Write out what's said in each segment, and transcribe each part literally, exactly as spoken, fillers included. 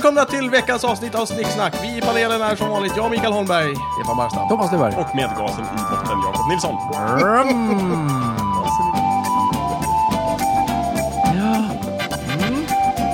välkomna till veckans avsnitt av Snicksnack. Vi i panelen är som vanligt jag, Mikael Holmberg, Stefan Barstam, Thomas Lyberg och medgasen i botten, Jakob Nilsson. Mm. Ja. Mm.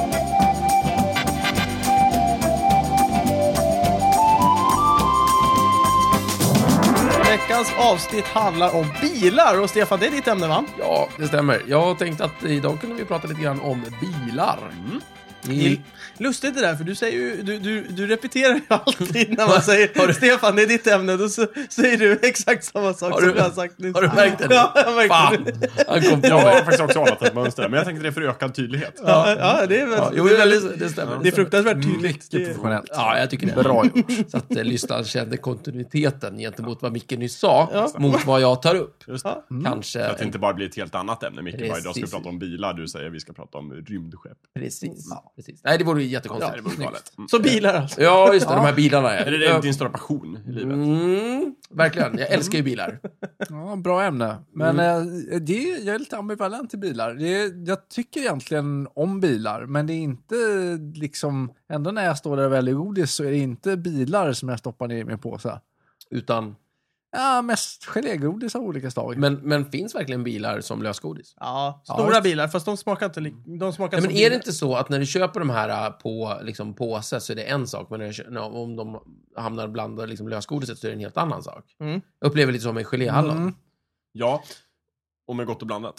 Veckans avsnitt handlar om bilar. Och Stefan, det är ditt ämne, va? Ja, det stämmer. Jag tänkte att idag kunde vi prata lite grann om bilar. Mm. I... Lustigt det där, för du säger ju, du, du, du repeterar ju alltid när man säger Stefan, det är ditt ämne, då så, säger du exakt samma sak har som du, jag har sagt nu. Har du märkt det? Ja, jag märkte det. Han kom jag har faktiskt också anat ett mönster, men jag tänkte det är för ökad tydlighet. Ja, ja det är väl... Ja, jo, det, det, det stämmer. Det är fruktansvärt tydligt. Mycket professionellt. Ja, jag tycker det är bra gjort. Så att eh, lyssnaren kände kontinuiteten gentemot vad Micke nyss sa, ja. Mot vad jag tar upp. Just det. Mm. Kanske... Så att det inte bara blir ett helt annat ämne. Micke, idag ska vi prata om bilar, du säger vi ska prata om rymdskepp. Precis. Ja. Precis. Nej, det vore jättekonstigt. Ja, det vore galet. Mm. Så bilar alltså. Ja, just det, de här bilarna är. Är det, det din stora passion i livet? Mm, verkligen, jag älskar ju bilar. Ja, bra ämne. Men mm. eh, det, jag är lite ambivalent till bilar. Det, jag tycker egentligen om bilar, men det är inte liksom, ändå när jag står där och väljer godis så är det inte bilar som jag stoppar ner i min påse. Utan... Ja, mest gelégodis av olika slag. Men, men finns verkligen bilar som lösgodis? Ja, stora ja, bilar, fast de smakar inte li- de smakar ja, som men bilar. är det inte så att när du köper de här på liksom, påse så är det en sak, men när du, om de hamnar bland liksom, lösgodiset så är det en helt annan sak? Mm. Jag upplever lite som med geléhallon. Mm. Ja, och med gott och blandat.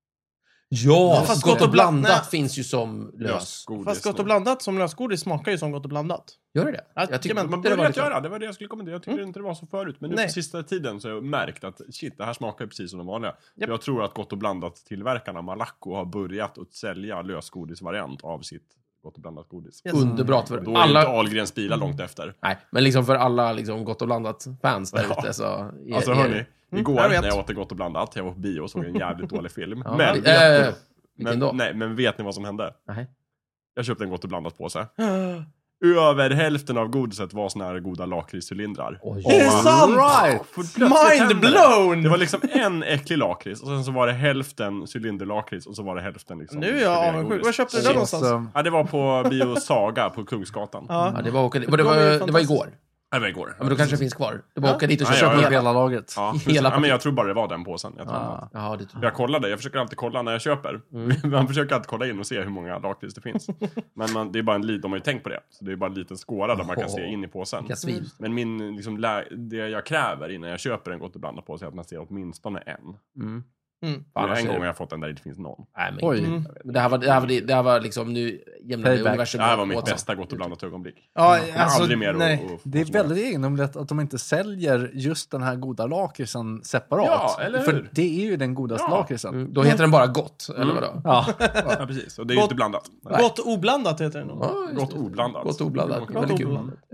Ja, fast gott och blandat nej. Finns ju som lösgodis. Fast gott och blandat som lösgodis smakar ju som gott och blandat. Gör det det? Jag, jag tycker man, man börjar att göra, det var det jag skulle kommentera. Jag tycker mm. inte det var så förut. Men nu nej. På sista tiden så har jag märkt att shit, det här smakar precis som de vanliga. Yep. Jag tror att gott och blandat tillverkarna Malaco har börjat att sälja lösgodisvariant av sitt gott och blandat godis. Yes. Underbart för då är alla... inte Ahlgrens bilar långt efter. Nej, men liksom för alla liksom, gott och blandat fans där ute ja. Så... Är, alltså hörni, är... igår mm, när jag åt det gott och blandat, jag var på bio och såg en jävligt dålig film. Ja, men... Äh, Men, då? nej, men vet ni vad som hände? Nej. Jag köpte en gott och blandat påse. Över hälften av godiset var såna här goda lakritscylindrar. Är det sant? Right. Mind blown! Det var liksom en äcklig lakrits och sen så var det hälften cylinderlakrits och så var det hälften liksom... Nu är jag avundsjuk. Vad köpte du där någonstans? Ja, det var på Bio Saga på Kungsgatan. Ja, ja det var, det var, det var, det var igår. Det var igår. Ja, men då kanske det finns kvar. Du bara ja. åka dit och ja, köpa ja, ja. hela lagret. Ja, hela ja, men jag tror bara det var den påsen. Jag, tror ja. Ja, det tror jag kollade, jag försöker alltid kolla när jag köper. Mm. Man försöker alltid kolla in och se hur många lakrits det finns. Men man, det är bara en liten, de har ju tänkt på det. Så det är bara en liten skåra där man kan se in i påsen. Mm. Men min, liksom, det jag kräver innan jag köper en gott och blandat påse är att man ser åtminstone en. Mm. Mm. Det är en gång jag har fått den där det inte finns någon. Nej, men, mm. det, här var, det, här var, det här var liksom nu jämnade universum. Det här var mitt bästa gott och blandat ögonblick. Ja, alltså, aldrig mer nej. Och, och det är väldigt egendomligt att de inte säljer just den här goda lakritsen separat. Ja, eller hur? För det är ju den godaste ja. lakritsen. Mm, då heter den bara gott, mm. eller vadå? Ja. Ja, precis. Och det är ju inte blandat. Nej. Gott oblandat heter det nog. Ja, gott oblandat. Gott oblandat. Gott väldigt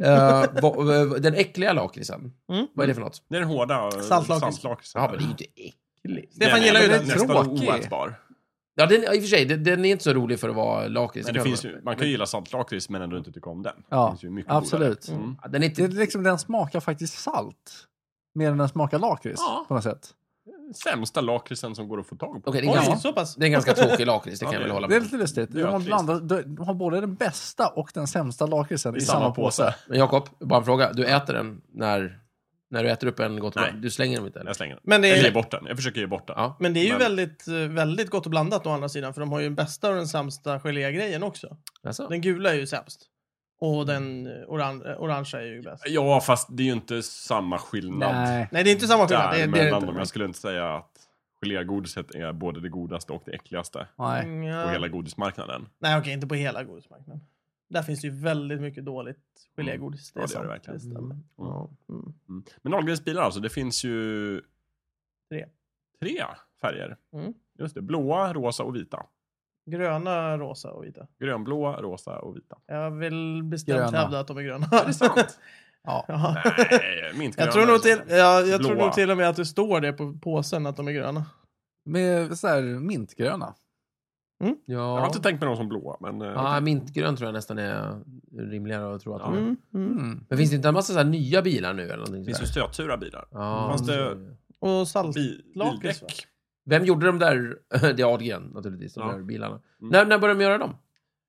kul. Uh, den äckliga lakritsen. Mm. Vad är det för något? Det är den hårda saltlakritsen. Ja, men det är ju inte äckligt. Stefan gillar ju den. Nästan oätbar. Ja, den, i och för sig, den, den är inte så rolig för att vara lakrits. Men det finns ju, man kan ju gilla saltlakrits men ändå inte tycka om den. Ja, det finns ju mycket absolut. Mm. Ja, den, är inte... det är liksom, den smakar faktiskt salt. Mer än den smakar lakrits ja. På något sätt. Sämsta lakritsen som går att få tag på. Okay, det, är ganska, så pass. Det är en ganska tråkig lakrits, det kan ja, jag väl hålla med. Det är lite lustigt. De har, blandar, de har både den bästa och den sämsta lakritsen i, i samma, samma påse. påse. Men Jakob, bara en fråga. Du äter den när... När du äter upp en gott och blandat, du slänger dem inte? Eller? Jag slänger den. Men det är... Jag ger bort den. Jag försöker ge bort den. Ja. Men det är ju men... väldigt, väldigt gott och blandat å andra sidan. För de har ju den bästa och den sämsta gelégrejen också. Alltså. Den gula är ju sämst. Och den oran- orangea är ju bäst. Ja, fast det är ju inte samma skillnad. Nej, Nej det är inte samma skillnad. Det är, det är, det är dem. Jag skulle inte säga att gelégodiset är både det godaste och det äckligaste. Nej. Ja. På hela godismarknaden. Nej okej, okay, inte på hela godismarknaden. Där finns ju väldigt mycket dåligt gelégodis. Det är ja, det sant. är det verkligen. Det mm. Ja. Mm. Mm. Men Ahlgrens bilar alltså, det finns ju... Tre. Tre färger. Mm. Just det, blåa, rosa och vita. Gröna, rosa och vita. Grönblåa, rosa och vita. Jag vill bestämt gröna. hävda att de är gröna. Är det sant? Ja. Nej, mint jag tror nog till, ja, jag tror nog till och med att det står det på påsen att de är gröna. Med så här mintgröna. Mm. Ja. Jag har inte tänkt med dem som blåa. Men, ja, okay. Mintgrön tror jag nästan är rimligare att tro att ja. de är. Mm. Mm. Men finns det inte en massa så här nya bilar nu? Eller någonting? Det finns ju stötsura bilar. Ja. Fanns det... Och saltlakrits. Vem gjorde de där? Det är Ahlgren naturligtvis, de ja. där bilarna. Mm. När, när började de göra dem?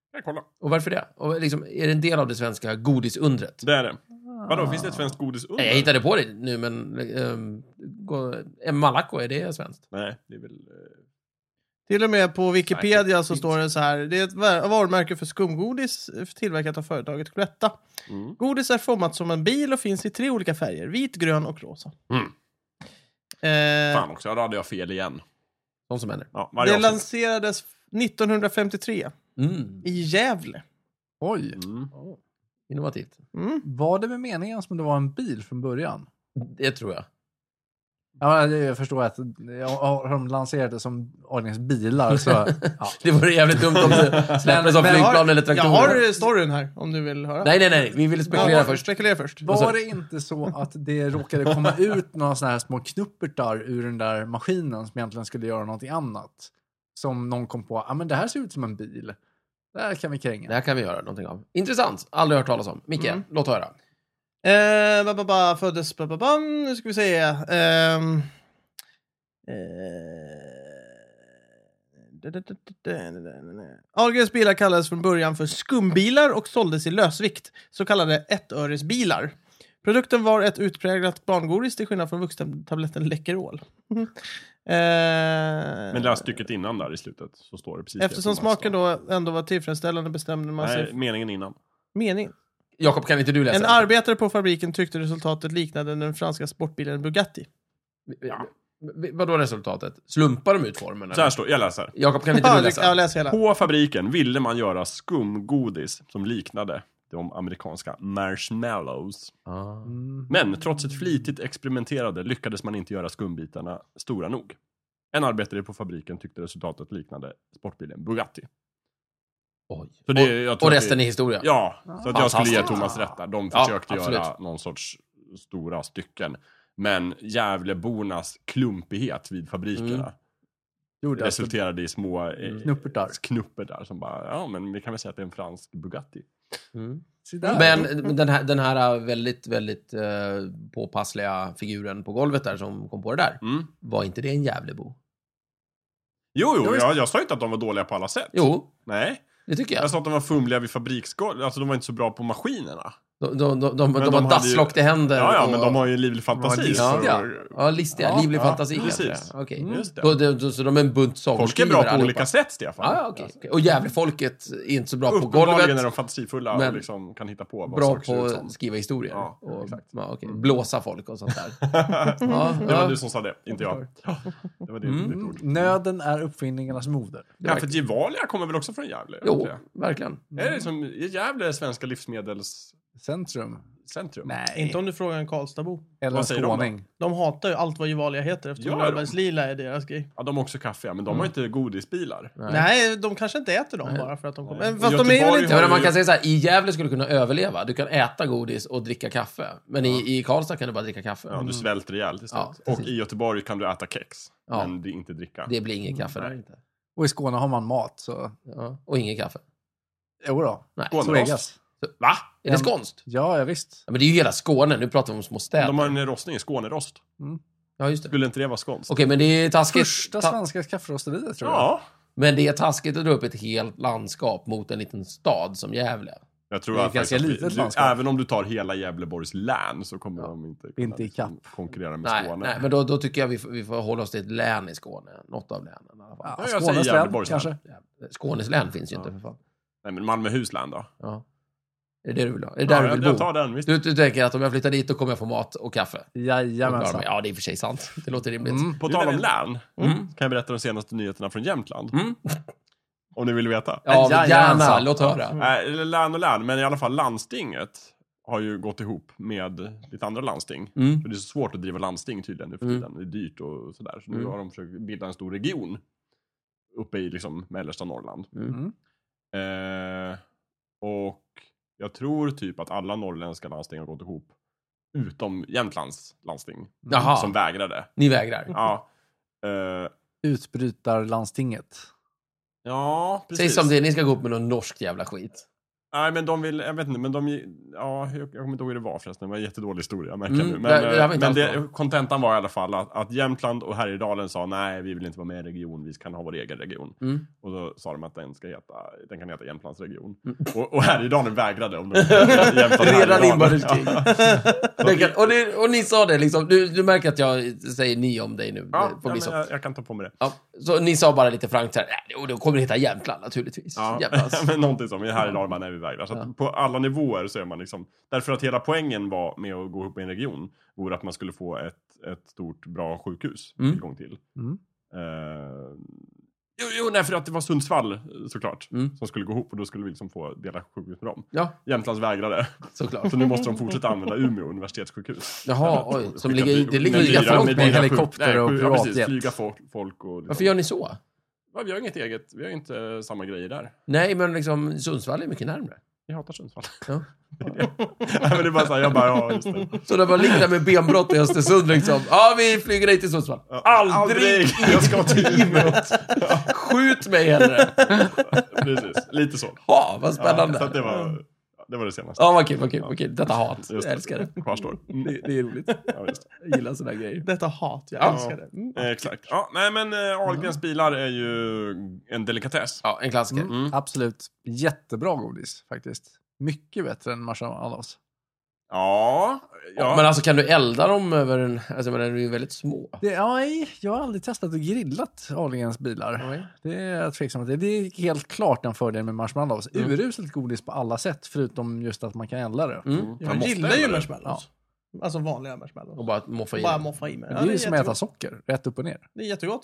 Jag kolla. Och varför det? Och liksom, är det en del av det svenska godisundret? Det är det. Vadå, finns det ett svenskt godisunder? Jag hittade på det nu, men um, Malaco, är det svenskt? Nej, det är väl... Uh... Till och med på Wikipedia Säkert. så står det så här. Det är ett varumärke för skumgodis tillverkat av företaget Cloetta. Mm. Godis är format som en bil och finns i tre olika färger. Vit, grön och rosa. Mm. Eh, Fan också, då hade jag fel igen. De som händer. Ja, det avsnitt. lanserades nittonhundrafemtiotre Mm. i Gävle. Oj. Mm. Oh. Innovativt. Mm. Var det med meningen som det var en bil från början? Det tror jag. Ja, jag förstår att har de lanserat det som Arlings bilar så... Ja. Det vore jävligt dumt om det släpptes som Men- flygplan har, eller traktorer. jag har storyn här om du vill höra. Nej, nej, nej. Vi vill spekulera Ja, först. Spekulera först. Var det inte så att det råkade komma ut några sådana här små knuppertar ur den där maskinen som egentligen skulle göra någonting annat? Som någon kom på, ja ah, men det här ser ut som en bil. Det här kan vi kränga. Det här kan vi göra någonting av. Intressant. Aldrig hört talas om. Micke, Mm. låt höra. Eh, ba, ba, ba, föddes... Ba, ba, ba, nu ska vi se. Ehm, eh, da, da, da, da, da, da, da. Ahlgrens bilar kallades från början för skumbilar och såldes i lösvikt. Så kallade ettöresbilar. Produkten var ett utpräglat barngodis till skillnad från vuxentabletten Läkerol. Mm. Eh, Men det här stycket innan där i slutet så står det precis eftersom det som man smaken sa. då ändå var tillfredsställande bestämde man Nej, sig meningen innan. mening. Jakob, kan inte du läsa? En arbetare på fabriken tyckte resultatet liknade den franska sportbilen Bugatti. Ja. Vadå resultatet? Slumpar de ut formen? Så här står, jag läser. Jakob, kan inte Ja, du du- läsa? jag läser hela. På fabriken ville man göra skumgodis som liknade de amerikanska marshmallows. Ah. Mm. Men trots ett flitigt experimenterade lyckades man inte göra skumbitarna stora nog. En arbetare på fabriken tyckte resultatet liknade sportbilen Bugatti. Oj. Så det, jag Och, tror och att resten det, är historia. Ja, så att jag skulle ge Fantastiskt. Thomas rätt där. De Ja, försökte absolut. göra någon sorts stora stycken. Men Gävlebornas klumpighet vid fabrikerna Mm. Gjorde alltså resulterade i små eh, knuppertar. knupper där som bara, ja men vi kan väl säga att det är en fransk Bugatti. Mm. Se där. Men den här, den här väldigt, väldigt eh, påpassliga figuren på golvet där som kom på det där, Mm. var inte det en Gävlebo? Jo, jo, Ja, visst. jag, jag sa inte att de var dåliga på alla sätt. Jo, Nej, det tycker jag. jag sa att de var fumliga vid fabriksgolv. Alltså de var inte så bra på maskinerna. De, de, de, de, Men de de har hade dasslock till händer. Ja, ja, och, men de har ju en livlig fantasi. listiga. så- Ja, listiga. Ja, livlig ja, fantasi. precis. Precis. Okej. Mm. Just det. Då, då, då, så de är en bunt Folk är sagoskrivare bra på allihopa. olika sätt, Stefan. Ja, ja, okej. okej. Och Gävlefolket är inte så bra på Uppenbarligen golvet. är de fantasifulla men och liksom kan hitta på vad Bra saker ser på ut att som. skriva historier. Ja, och, exakt. ja, okej. Blåsa folk och sånt där. Det Ja, var ja. du som sa det, inte jag. Det var din, Mm. ditt ord. Nöden är uppfinningarnas moder. Ja, för Gevalia kommer väl också från Gävle? Jo, tror jag. verkligen. Är det som, är Gävle svenska livsmedelscentrum? Centrum. Nej. Inte om du frågar en Karlstadbo. Eller en Vad säger de då? skåning. De hatar ju allt vad Gevalia heter eftersom Gör de? Löfbergs Lila är deras grej. Ja, de har också kaffe, men de har inte godisbilar. Nej. Nej, de kanske inte äter dem Nej. bara för att de kommer. Nej. Men Fast de är ju Göteborg lite... Ja, men man ju- kan säga så här, i Gävle skulle du kunna överleva. Du kan äta godis och dricka kaffe. Men i, i Karlstad kan du bara dricka kaffe. Ja, du svälter ihjäl till slut. Ja, och precis. i Göteborg kan du äta kex, Ja. men det är inte dricka. Det blir inget kaffe där Nej. inte. Och i Skåne har man mat, så... Ja. Och inget kaffe. Jo då. Nej. Skånerost. Svegas. Så, va? Är det En- skånskt? Ja, ja, visst. Ja, men det är ju hela Skåne. Nu pratar vi om små städer. De har en rostning i Skånerost. Ja, just det. Skulle inte det vara skånskt? Okej, men det är taskigt. Första Ta- svenska kafferosteriet, tror jag. Ja. Men det är taskigt att dra upp ett helt landskap mot en liten stad som Gävle. Jag tror Det är att ett ganska faktiskt att litet du, landskap. även om du tar hela Gävleborgs län så kommer Ja. de inte kunna Inte liksom ikapp. konkurrera med Nej, Skåne. nej, men då, då tycker jag vi får, vi får hålla oss till ett län i Skåne. Något av länen i alla fall. Ja, Ja, jag Skånes säger län, Gävleborgs län. kanske. Skånes län finns ju Ja. inte för fan. Nej, men Malmöhus län då? Ja. Är det det du vill ha? Är det där Ja, du jag, vill jag bo? tar den, visst. Du, du tänker att om jag flyttar dit då kommer jag få mat och kaffe? Då klarar de Jajamensan. mig. Ja, det är i och för sig sant. Det låter rimligt. Mm. På Du tal om vill- län, Mm. kan jag berätta de senaste nyheterna från Jämtland. Mm. Om ni vill veta. Ja, gärna. Jajamensan. Låt höra. Nej, eller län och län, men i alla fall landstinget har ju gått ihop med lite andra landsting. Mm. För det är så svårt att driva landsting tydligen nu för Mm. tiden. Det är dyrt och sådär. Så nu Mm. har de försökt bilda en stor region uppe i liksom mellersta Norrland. Mm. Eh, och jag tror typ att alla norrländska landsting har gått ihop utom Jämtlands landsting Jaha, som vägrade. ni vägrar. Ja, eh, Utbrytarlandstinget. ja Säg precis. som det är, ni ska gå upp med någon norsk jävla skit. Nej, men de vill, jag vet inte, men de, ja, jag, jag kommer inte ihåg hur det var förresten, det var en jättedålig historia, märker Mm, nu. Men, det- det har vi inte men alls det, bra. kontentan var i alla fall att, att Jämtland och Härjedalen sa nej, vi vill inte vara med i region, vi kan ha vår egen region. Mm. Och då sa de att den, ska heta, den kan heta Jämtlands region. Mm. Och, och Härjedalen vägrade om de Jämtland Redan Härjedalen. inbördeskrig. Ja. Det kan- och, det, och ni sa det liksom, du, du märker att jag säger ni om dig nu. Ja, det får ja, bli men så. jag, jag kan ta på mig det. Ja, så ni sa bara lite frankt så här, äh, och då kommer det heta Jämtland naturligtvis. Ja, Jämtlands. men någonting som i Härjedalen bara, nej, vi vägrar. Så att Ja. på alla nivåer så är man liksom, därför att hela poängen var med att gå upp i en region vore att man skulle få ett, ett stort, bra sjukhus Mm. tillgång till. Mm. Uh, jo, jo, nej, för att det var Sundsvall såklart Mm. som skulle gå ihop och då skulle vi liksom få dela sjukhus med dem. Ja, Jämtlands vägrade. såklart. Så nu måste de fortsätta använda Umeå universitetssjukhus. Jaha, oj. Som Skicka ligger, flyg- det ligger med lika dyra- folk med med. dyra helikopter sjuk- nej, och sjuk- ja, precis, privatjet. flyga folk, folk och... Varför gör ni så? Ja, vi har inget eget, vi har inte eh, samma grejer där. Nej, men liksom Sundsvall är mycket närmare. Vi hatar Sundsvall. Ja. Nej, men det är bara så här, jag bara, ja, just det. Så när man ligger där med benbrott i Östersund liksom. Ja, vi flyger dig till Sundsvall. Aldrig! Jag ska till Umeå. Skjut mig hellre. Precis, lite så. Ja, vad Ja, spännande. så att det, var, det var det senaste. Ja, vad kul, vad kul, vad kul. Detta hat. Just Jag älskar det. Kvarstår. Mm. Det, det är roligt. Ja, just det. Jag gillar sådana grejer. Detta hat, jag Ja. älskar det. Mm. Eh, Exakt. Ja, nej, men eh, Ahlgrens bilar är ju en delikatess. Ja, en klassiker. Mm, absolut. Jättebra godis faktiskt. Mycket bättre än marshmallows. Ja, ja. Men alltså kan du elda dem över en... Alltså men de är ju väldigt små. Det, nej, jag har aldrig testat att grillat Ahlgrens bilar. Nej. Det är jag tveksam till. Det är helt klart en fördel med marshmallows. Mm. Uruselt godis på alla sätt, förutom just att man kan elda det. Mm. Man Jag måste gillar ju ändå det. marshmallows. Alltså vanliga marshmallows. Och bara moffa i Bara den. moffa i mig. Det Ja, är ju som att äta jättegott. socker, rätt upp och ner. Det är jättegott.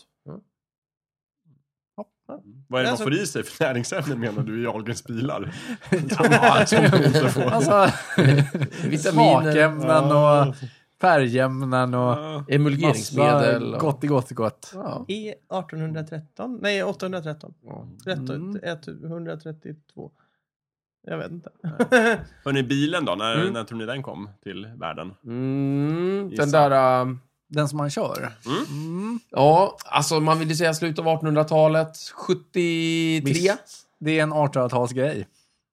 Vad är det man Alltså- får i sig för näringsämnen menar du i Ahlgrens bilar? Ja, som man måste få. alltså, Vitaminer, smakämnen och färgämnen och Ja. emulgeringsmedel. massa Och... gott, gott, gott. Ja. E artonhundratretton? Nej, åttahundratretton. Ja. Tretton, Mm. etthundratrettiotvå. Jag vet inte. Hörrni, bilen då? När, Mm. när tror ni den kom till världen? Mm, Gissa. den där... äh, Den som man kör. Mm. Mm. Ja, alltså man vill ju säga slutet av artonhundratalet. sjuttiotre? Visst. Det är en artonhundratalsgrej.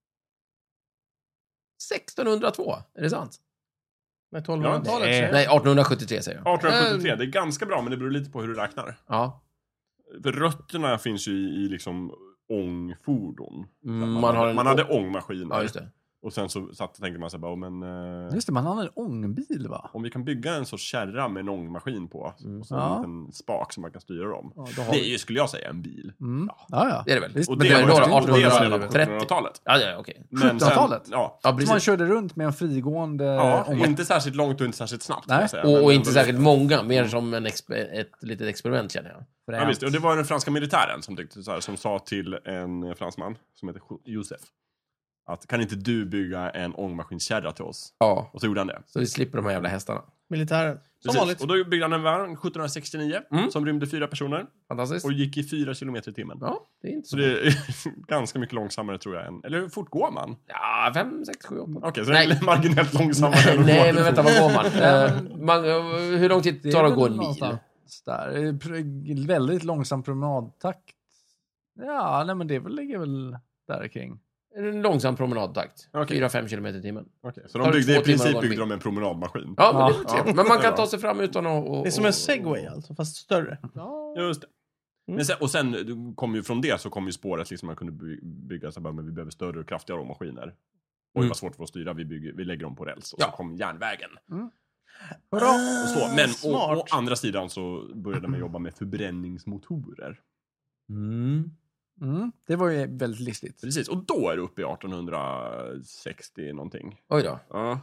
sextonhundratvå, är det sant? Nej, tolvhundratalet Ja, säger jag. Nej, artonhundrasjuttiotre säger jag. artonhundrasjuttiotre, det är ganska bra men det beror lite på hur du räknar. Ja. För rötterna finns ju i, i liksom ångfordon. Mm, man, man hade, har en- man hade ångmaskiner. Ja, just det. Och sen så satt, tänkte man så här, bara, men eh, Just det, man har en ångbil va? om vi kan bygga en sorts kärra med en ångmaskin på Mm. och så Ja. en liten spak som man kan styra dem. Ja, då har Det är vi- ju, skulle jag säga, en bil. Mm. Ja, ja. Det är det väl? Visst, Och Men det, det är var då ju- och det är redan på artonhundratrettio. sjuttonhundratalet. Ja, ja, okej. Men sen- sjuttonhundratalet? Ja, Ja, Så precis. man körde runt med en frigående ja ångmaskin. inte särskilt långt och inte särskilt snabbt. Nej. kan jag säga. Och, Men- och men- inte särskilt många, mer som en exper- ett litet experiment känner jag. Ja, visst. Och det var den franska militären som, tyckte, så här, som sa till en fransman som heter Josef att kan inte du bygga en ångmaskinskärra till oss? Ja. Och så gjorde han det. Så vi slipper de här jävla hästarna. Militären. Som Precis. vanligt. Och då byggde han en vagn sjuttonhundrasextionio Mm. som rymde fyra personer Fantastiskt. och gick i fyra kilometer i timmen. Ja, det är inte Så så. det är ganska mycket långsammare tror jag. Än, eller hur fort går man? Ja, fem, sex, sju, åtta. Okej, så Nej. det är marginellt långsammare. än att Nej, gå. men vänta, vad går man? Eh, man eh, hur lång tid Det är tar det att väl gå en mil? någonstans Där. Det är pr- väldigt långsam promenadtakt. Ja, nej men det väl- ligger väl där kring. En långsam promenadtakt. Okej. fyra fem kilometer i timmen. Okej, så Tar de det byggde två i timmar att princip gå en byggde mil? de en promenadmaskin. Ja, men, Ja. det är väl trevligt. Ja. Men man Det är kan bra. ta sig fram utan att... Och, Det är som en och- segway alltså, fast större. Ja. Just det. Mm. Men sen, och sen kom ju från det så kom ju spåret liksom man kunde by- bygga så här, men vi behöver större och kraftigare ångmaskiner. Oj, Mm. vad svårt för att styra. Vi, bygger, vi lägger dem på räls och Ja. så kom järnvägen. Bra. Och så. Men å, Smart. å andra sidan så började man jobba med förbränningsmotorer. Mm. Mm, det var ju väldigt listigt. Precis, och då är det uppe i artonhundrasextio någonting. Oj då. Ja.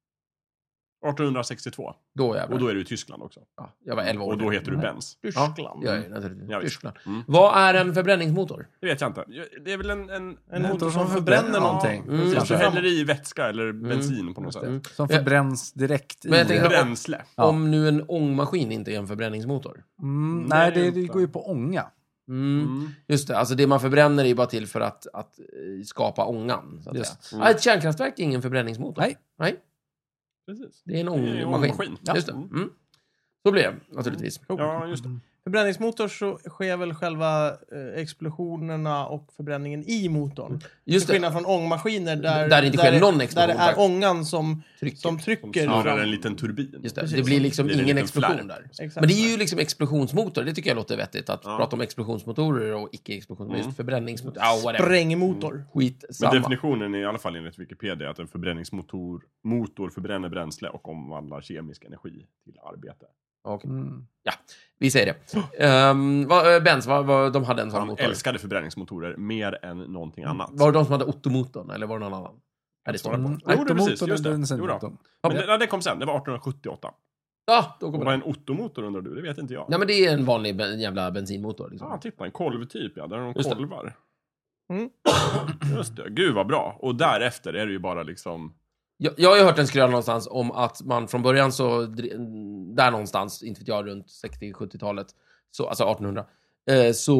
artonhundrasextiotvå. Då jävlar. Och då är det i Tyskland också. Ja, jag var elva år. Och då heter du Nej. Benz. Ja, Tyskland. jag är naturligtvis. Ja, visst. Tyskland. Mm. Vad är en förbränningsmotor? Det vet jag inte. Det är väl en... En, En motor som förbränner någonting. Mm. Precis, Kanske du framåt. häller i vätska eller bensin på något sätt. Mm. Som förbränns direkt Men jag i... tänker- Bränsle. Ja. Om nu en ångmaskin inte är en förbränningsmotor. Mm, Nej, nej, det, inte. det går ju på ånga. Mm. Mm. Just det, alltså det man förbränner är ju bara till för att, att eh, skapa ångan. Så att Just. säga. Ja, ett kärnkraftverk är ingen förbränningsmotor. Nej. Nej, Precis. det är en Det är en ångmaskin. ångmaskin. Just det. Mm. Så blir det naturligtvis. Ja, just det. förbränningsmotor så sker väl själva eh, explosionerna och förbränningen i motorn. Just till skillnad från ångmaskiner där, där det inte sker där, någon explosion. där det är ångan som trycker. Som trycker Som fram. en liten turbin. Just det. Precis. Det blir liksom Det är en ingen liten explosion flärp. där. Exakt. Men det är ju liksom explosionsmotor. Det tycker jag låter vettigt. Att Ja. prata om explosionsmotorer och icke-explosionsmotorer. Mm. Just förbränningsmotor. Ja, whatever. Sprängmotor. Skit Men samma. definitionen är i alla fall enligt Wikipedia att en förbränningsmotor motor förbränner bränsle och omvandlar kemisk energi till arbete. Okej. Mm. Vi säger det. Um, vad, Benz, vad, vad, de hade en sån Han motor. älskade förbränningsmotorer mer än någonting annat. Var det de som hade Otto-motorn eller var det någon annan? Ja, det står det på. Mm. Jo, det är precis, Automotorn just är det. bensinmotorn. Men det, nej, det kom sen, det var arton sjuttioåtta. Ja, då Och kommer vad är det. en Otto-motor undrar du? Det vet inte jag. Nej, men det är en vanlig ben, jävla bensinmotor. Liksom. Ja, titta, en kolvtyp, ja. Där har de Just det. kolvar. Mm. Just det, gud vad bra. Och därefter är det ju bara liksom... Jag, jag har ju hört en skröna någonstans om att man från början så, dri- där någonstans, inte vet jag, runt sextio-sjuttiotalet, så, alltså artonhundra, eh, så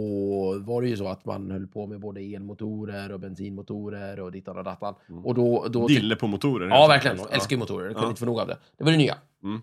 var det ju så att man höll på med både elmotorer och bensinmotorer och dittan och dattan. Mm. Och då, då Dille på motorer. Ja, helt verkligen. enkelt. Jag älskar ju motorer. Jag kunde Ja. inte få nog av det. Det var det nya. Mm.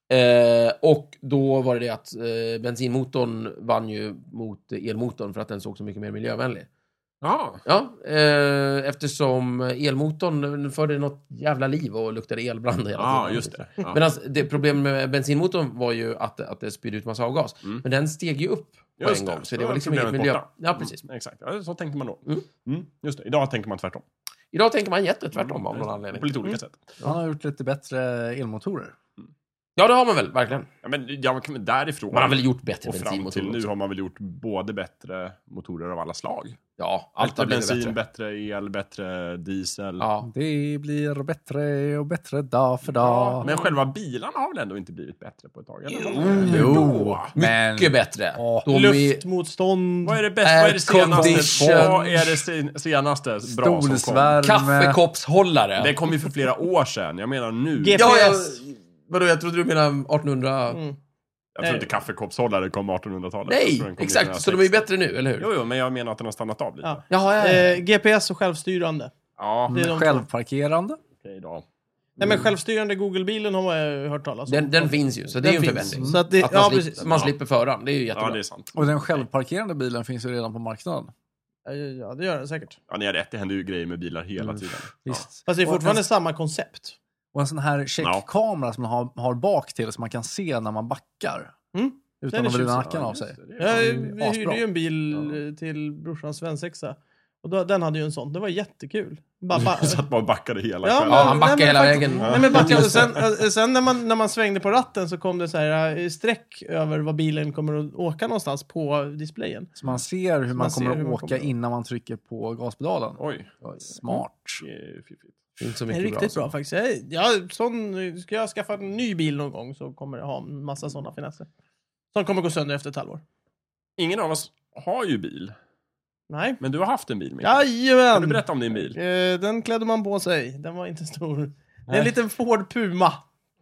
Eh, och då var det det att eh, bensinmotorn vann ju mot elmotorn för att den såg så mycket mer miljövänlig. Ja. Ja, eh, eftersom elmotorn förde något jävla liv och luktade elbrand hela Ja, tiden. just det. Ja. Medan det problemet med bensinmotorn var ju att, att det spydde ut massa avgas. Mm. Men den steg ju upp på Just en det. gång. Så Då det var var liksom inget problemet miljö... borta. Ja, precis. Mm, exakt, ja, så tänkte man då. Mm. Mm, just det, idag tänker man tvärtom. Idag tänker man jättetvärtom av någon På anledning. lite olika sätt. Han har gjort lite bättre elmotorer. Ja, det har man väl, verkligen. Ja, men ja, men därifrån Man har väl gjort bättre och fram till bensinmotorer nu också. har man väl gjort både bättre motorer av alla slag. Ja, allt har Bättre blivit bensin, bättre. bättre el, bättre diesel. Ja. Det blir bättre och bättre dag för Ja, dag. men själva bilarna har väl ändå inte blivit bättre på ett tag? Eller? Jo, Då? men... Mycket bättre. Ja. De är- Luftmotstånd. Vad är det bästa? Vad är det senaste? Aircondition. Vad är det sen- senaste bra som kom? Stolsvärme. Kaffekoppshållare. Det kom ju för flera år sedan. Jag menar nu. G- Ja, jag, P S. vadå, jag trodde du menade artonhundra... Mm. Jag tror inte kaffekoppshållare kom artonhundratalet. Jag Nej, tror den kom exakt. Så de är ju bättre nu, eller hur? Jo, jo, men jag menar att den har stannat av lite. Ja. Ja, Jaha, ja, ja. Eh, G P S och självstyrande. Det är de två. Självparkerande. okej då. Nej, men självstyrande Google-bilen har man ju hört talas om. Den, den finns ju, så det är ju en Den förbättring. finns. Så att det, Att man, ja, slipper, precis. man Ja. slipper föraren, det är ju jättebra. Ja, det är sant. Och den självparkerande bilen finns ju redan på marknaden. Ja, ja, det gör den säkert. Ja, ni har rätt. Det händer ju grejer med bilar hela Mm. tiden. Visst. Fast det är Och fortfarande en, samma koncept. och en sån här checkkamera som man har, har bak till så man kan se när man backar. Mm. Den Utan är att vrida tjusig. nacken Ja, av just sig. det. Det är Ja, bra. vi asbra. hyrde ju en bil eh, till brorsans svensexa. Och då, den hade ju en sån. Det var jättekul. Bara, bara. Så att man backade hela Ja, kvällen. Ja, han backar Nej, men hela faktiskt- vägen. Nej, men backa, och sen, eh, sen när, man, när man svängde på ratten så kom det så här eh, streck över vad bilen kommer att åka någonstans på displayen. Så man ser hur man, man ser kommer hur att man åka kommer att- innan man trycker på gaspedalen. Oj, Smart. det är fiffigt. Inte så Det är mycket riktigt bra, bra. faktiskt. Jag, ja, sån, ska jag skaffa en ny bil någon gång så kommer det ha en massa sådana finesser. Som kommer gå sönder efter ett halvår. Ingen av oss har ju bil. Nej. Men du har haft en bil, Mikael. Kan du Jajamän! berätta om din bil? Eh, den klädde man på sig. Den var inte stor. Det är Nej. en liten Ford Puma.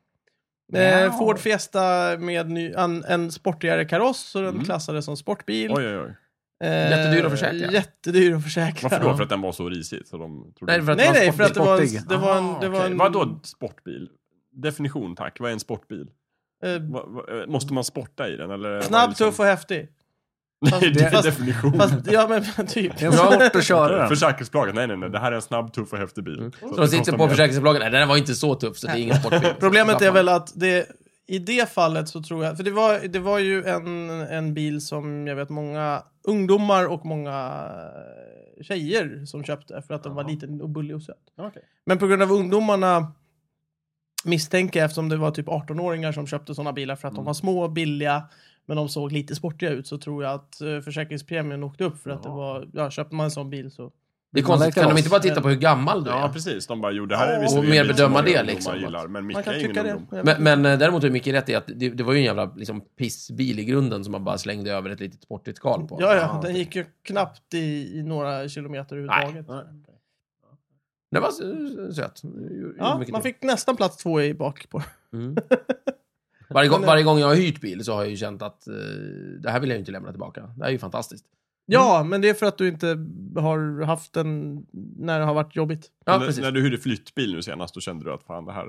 Eh, Ja. Ford Fiesta med ny, en, en sportigare kaross, så den Mm. klassades som sportbil. Oj, oj, oj. Eh, Jättedyr att försäkra. Jättedyr att försäkra. Varför då? För att den var så risig? Så de trodde... Nej, för att Nej, det var nej, för att det var en, sportig. det var en, Ah, det var okej. en Vadå sportbil? Definition, tack. Vad är en sportbil? eh, Va, va, måste man sporta i den? Eller vad är snabb, liksom- tuff och häftig. Nej, det är fast- definition. Fast, ja men typ. Det är en sport att köra den. Försäkringsbolaget, nej, nej, nej. Det här är en snabb, tuff och häftig bil. Mm. Så Så det de sitter kostar på mer. försäkringsbolagen. Nej, den var inte så tuff, så det är ingen sportbil. Problemet är väl att det, i det fallet så tror jag, för det var, det var ju en, en bil som jag vet många ungdomar och många tjejer som köpte för att den var Jaha. liten och bullig och söt. Okej. Men på grund av ungdomarna misstänker jag, eftersom det var typ arton-åringar som köpte sådana bilar för att de Mm. var små och billiga, men de såg lite sportiga ut, så tror jag att uh, försäkringspremien åkte upp för att det Ja. var, ja, köpte man en sån bil så... Det är konstigt, kan de inte bara titta på hur gammal du Ja, är? precis. De bara, jo, det här är Ja, visserligen och mer en bil bedöma som många det, ungdomar liksom. Gillar, men Micke Man kan är ingen tycka det. ungdom. Men, men eh, däremot är Micke rätt i att det, det var ju en jävla liksom, pissbil i grunden som man bara slängde över ett litet sportigt skal på. Ja, ja, Ja, den gick ju knappt i, i några kilometer överhuvudtaget. Nej. Den var s- söt. Gjorde Ja, mycket man till. fick nästan plats två i bak på. Mm. Varje, gång, varje gång jag har hyrt bil så har jag ju känt att eh, det här vill jag ju inte lämna tillbaka. Det här är ju fantastiskt. Ja, men det är för att du inte har haft den när det har varit jobbigt. Ja, när, precis. när du hyrde flyttbil nu senast, då kände du att fan, det här,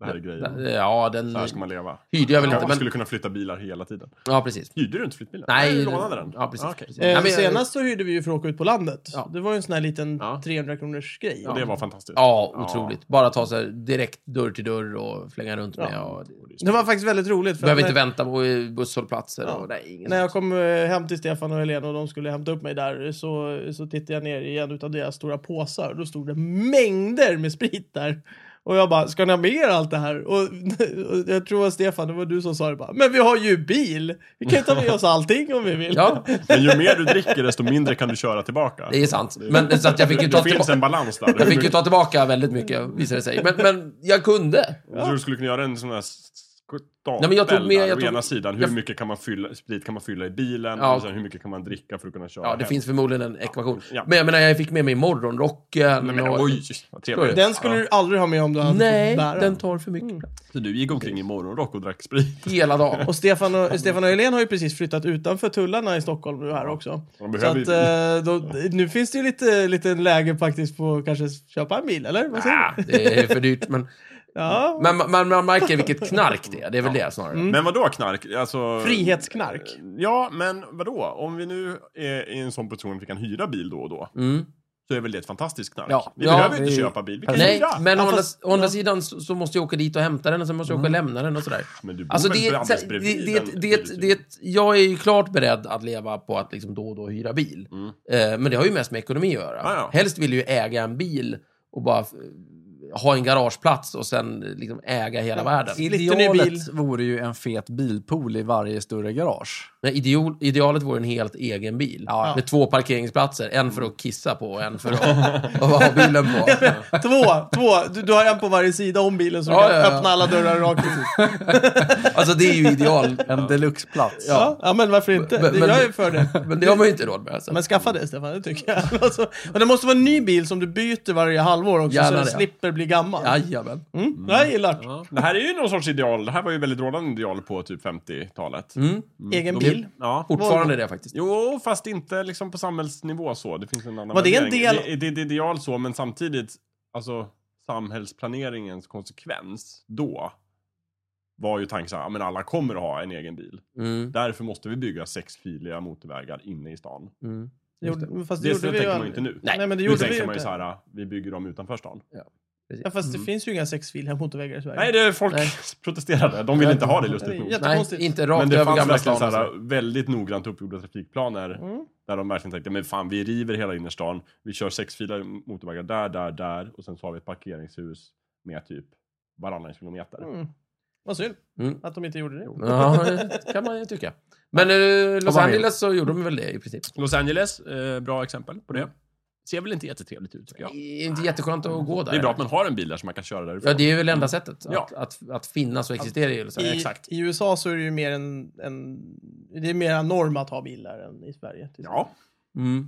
Det här är grejen. Ja, den Så här ska man leva. hyrde jag väl Jag inte. Men... skulle kunna flytta bilar hela tiden. Ja, precis. Hyrde du inte flyttbilen? Nej, jag lånade den. Ja, precis. Ah, okay. precis. Eh, Ja, men, senast så hyrde vi ju för att åka ut på landet. Ja. Det var ju en sån här liten Ja. trehundra kronors grej. Ja, det var fantastiskt. Ja, otroligt. Bara ta sig direkt dörr till dörr och flänga runt med. Ja. Och... Det var faktiskt väldigt roligt. För Behöver när, inte vänta på busshållplatser. Ja. Och nej, ingen när jag kom eh, hem till Stefan och Helena och de skulle hämta upp mig där så, så tittade jag ner i en utav deras stora påsar och då stod det mängder med sprit där. Och jag bara, ska ni ha med er allt det här? Och, och jag tror att Stefan, det var du som sa det bara, men vi har ju bil! Vi kan ju ta med oss allting om vi vill. Ja, Men ju mer du dricker, desto mindre kan du köra tillbaka. det är sant. Men så att jag fick ju ta Det finns tillbaka... en balans där. Jag fick ju ta tillbaka väldigt mycket, visade det sig. Men, men jag kunde. Jag tror du skulle kunna göra en sån här stapel Nej, men jag tog med- jag där, tog- å ena sidan. Hur jag- mycket kan man fylla, sprit kan man fylla i bilen? Ja. Och sen hur mycket kan man dricka för att kunna köra Ja, det hem? finns förmodligen en ekvation. Ja. Men jag menar, jag fick med mig morgonrocken. Nej, men, och... oj, vad trevligt. Den skulle du aldrig ha med om du hade Nej, fått bära. den tar för mycket plats. Så du gick omkring i morgonrock och drack sprit? Hela dagen. Och Stefan och, Stefan och Helene har ju precis flyttat utanför tullarna i Stockholm nu här också. De Så behöver att, eh, då, nu finns det ju lite, lite läge faktiskt på att kanske köpa en bil, eller? Vad säger Ah, du? det är för dyrt, men... Ja. Men man, man märker vilket knark det är. Det är väl det snarare. Men vadå knark? Alltså... Frihetsknark. Ja, men vadå? Om vi nu är i en sån position att vi kan hyra bil då och då, Mm. så är väl det ett fantastiskt knark? Ja. Vi Ja, behöver inte det är- köpa bil, vi kan Nej, hyra. men å Ja, andra, fast- å andra ja. sidan så, så måste jag åka dit och hämta den och sen måste jag åka och lämna den och sådär. Men du bor Alltså väl det, alldeles det, bredvid det, den det, bilturen? det, jag är ju klart beredd att leva på att liksom då och då hyra bil. Mm. Eh, men det har ju mest med ekonomi att göra. Ja, ja. Helst vill ju äga en bil och bara f- ha en garageplats och sen liksom äga hela världen. Splitterny bil. Idealet vore ju en fet bilpool i varje större garage. Nej, ideal, idealet vore en helt egen bil. Ja. Med två parkeringsplatser. En för att kissa på och en för att, att ha bilen på. Två, två. Du, du har en på varje sida om bilen så du Ja, kan ja, ja. öppna alla dörrar rakt ut. Alltså det är ju ideal. En deluxe-plats. Ja. Ja, men varför inte? Men- det, men- jag är för det. Men det har man ju inte råd med. Alltså. Men skaffa det, Stefan, det tycker jag. Alltså, och det måste vara en ny bil som du byter varje halvår också, Gärna så den det. slipper bli gammal. Jajamän. Mm. Jag gillar det. Ja. Det här är ju någon sorts ideal. Det här var ju väldigt rådande ideal på typ femtiotalet. Mm. Egen Då- bil. Ja. Fortfarande det faktiskt. Jo, fast inte liksom på samhällsnivå så. Det finns en annan Var det en värdering. del- Det, det är ett ideal så, men samtidigt, alltså samhällsplaneringens konsekvens då var ju tanken så här, ja, men alla kommer att ha en egen bil. Mm. Därför måste vi bygga sexfiliga motorvägar inne i stan. Mm. Det gjorde, fast det, Det, gjorde det vi ju tänker man ju aldrig. inte nu. Nej, Nej, men det Nu gjorde vi tänker ju man ju inte. så här, vi bygger dem utanför stan. Ja, fast det finns ju inga sexfiliga motorvägar i Sverige. Nej, det är folk Nej. protesterade. De vill inte ha det lustigt Nej, nog. jätte- Nej, Jättekonstigt. inte Men rakt det över fanns Gamla verkligen stan. så här, Alltså. väldigt noggrant uppgjorda trafikplaner. Mm. Där de verkligen tänkte, men fan vi river hela innerstan. Vi kör sexfiliga motorvägar där, där, där. Och sen så har vi ett parkeringshus med typ varannan kilometer. Mm. Vad synd Mm. att de inte gjorde det. Ja, det kan man ju tycka. Men eh, Los Om man vill. Angeles så gjorde de väl det i princip. Los Angeles, eh, bra exempel på det. Ser väl inte jättetrevligt ut tycker jag. Det är inte jätteskönt att gå där. Det är bra att man har en bil där som man kan köra därifrån. Ja, det är väl enda sättet Ja. att, att, att finnas och existera i Los Angeles. I, exakt. I U S A så är det ju mer en, en det är mer en norm att ha bilar än i Sverige. till Ja, Mm.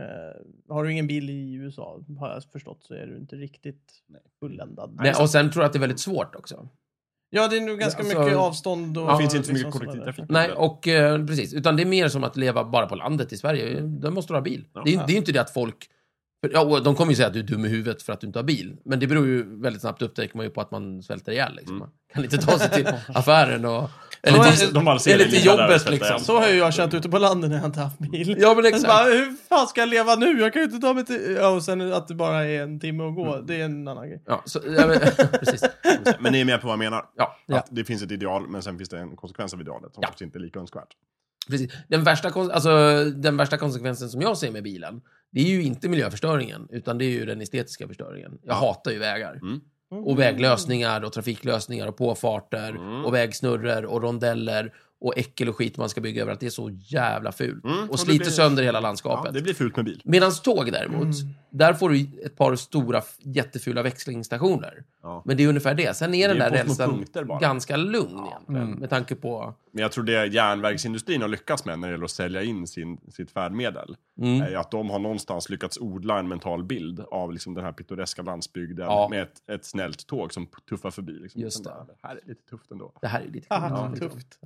Eh, har du ingen bil i U S A, har jag förstått, så är du inte riktigt fulländad. Nej, och sen tror jag att det är väldigt svårt också. Ja, det är nog ganska Alltså, mycket avstånd. Och, det finns inte så liksom mycket sådär. kollektivtrafik. Nej, och eh, precis. Utan det är mer som att leva bara på landet i Sverige. Då måste du ha bil. Ja. Det, är, det är ju inte det att folk... För, ja, och de kommer ju säga att du är dum i huvudet för att du inte har bil. Men det beror ju väldigt snabbt, upptäcker man ju på att man svälter ihjäl. Liksom. Mm. Man kan inte ta sig till affären och... Eller Så till, är- de bara ser eller det till ligga där och jobbet svälta liksom. ihjäl. Så har ju jag känt ute på landet när jag inte haft bil. Ja, men Så exakt. bara, hur fan ska jag leva nu? Jag kan ju inte ta mig till... Ja, och sen att det bara är en timme att gå. Det är en annan grej. Ja, så, ja, men, precis. Men ni är med på vad jag menar. Ja, Ja. Att det finns ett ideal, men sen finns det en konsekvens av idealet som Ja. kanske inte är lika önskvärt. Precis. Den värsta, kon- alltså, den värsta konsekvensen som jag ser med bilen, det är ju inte miljöförstöringen, utan det är ju den estetiska förstöringen. Jag Ja. hatar ju vägar. Mm. Och väglösningar och trafiklösningar och påfarter Mm. och vägsnurror och rondeller och äckel och skit man ska bygga över, att det är så jävla fult. Mm, och Och det sliter blir- sönder hela Ja, landskapet. det blir fult med bil. Medan tåg däremot, Mm. där får du ett par stora f- jättefula växlingsstationer. Ja. Men det är ungefär det. Sen är den Det är där på små rälsen punkter bara. ganska lugn egentligen. Mm. Med tanke på... Men jag tror det järnvägsindustrin har lyckats med när det gäller att sälja in sin, sitt färdmedel Mm. är ju att de har någonstans lyckats odla en mental bild av liksom den här pittoreska landsbygden Ja. med ett, ett snällt tåg som tuffar förbi. Liksom. Just Sen det. bara, det här är lite tufft ändå. Det här är lite Haha, coolt. tufft.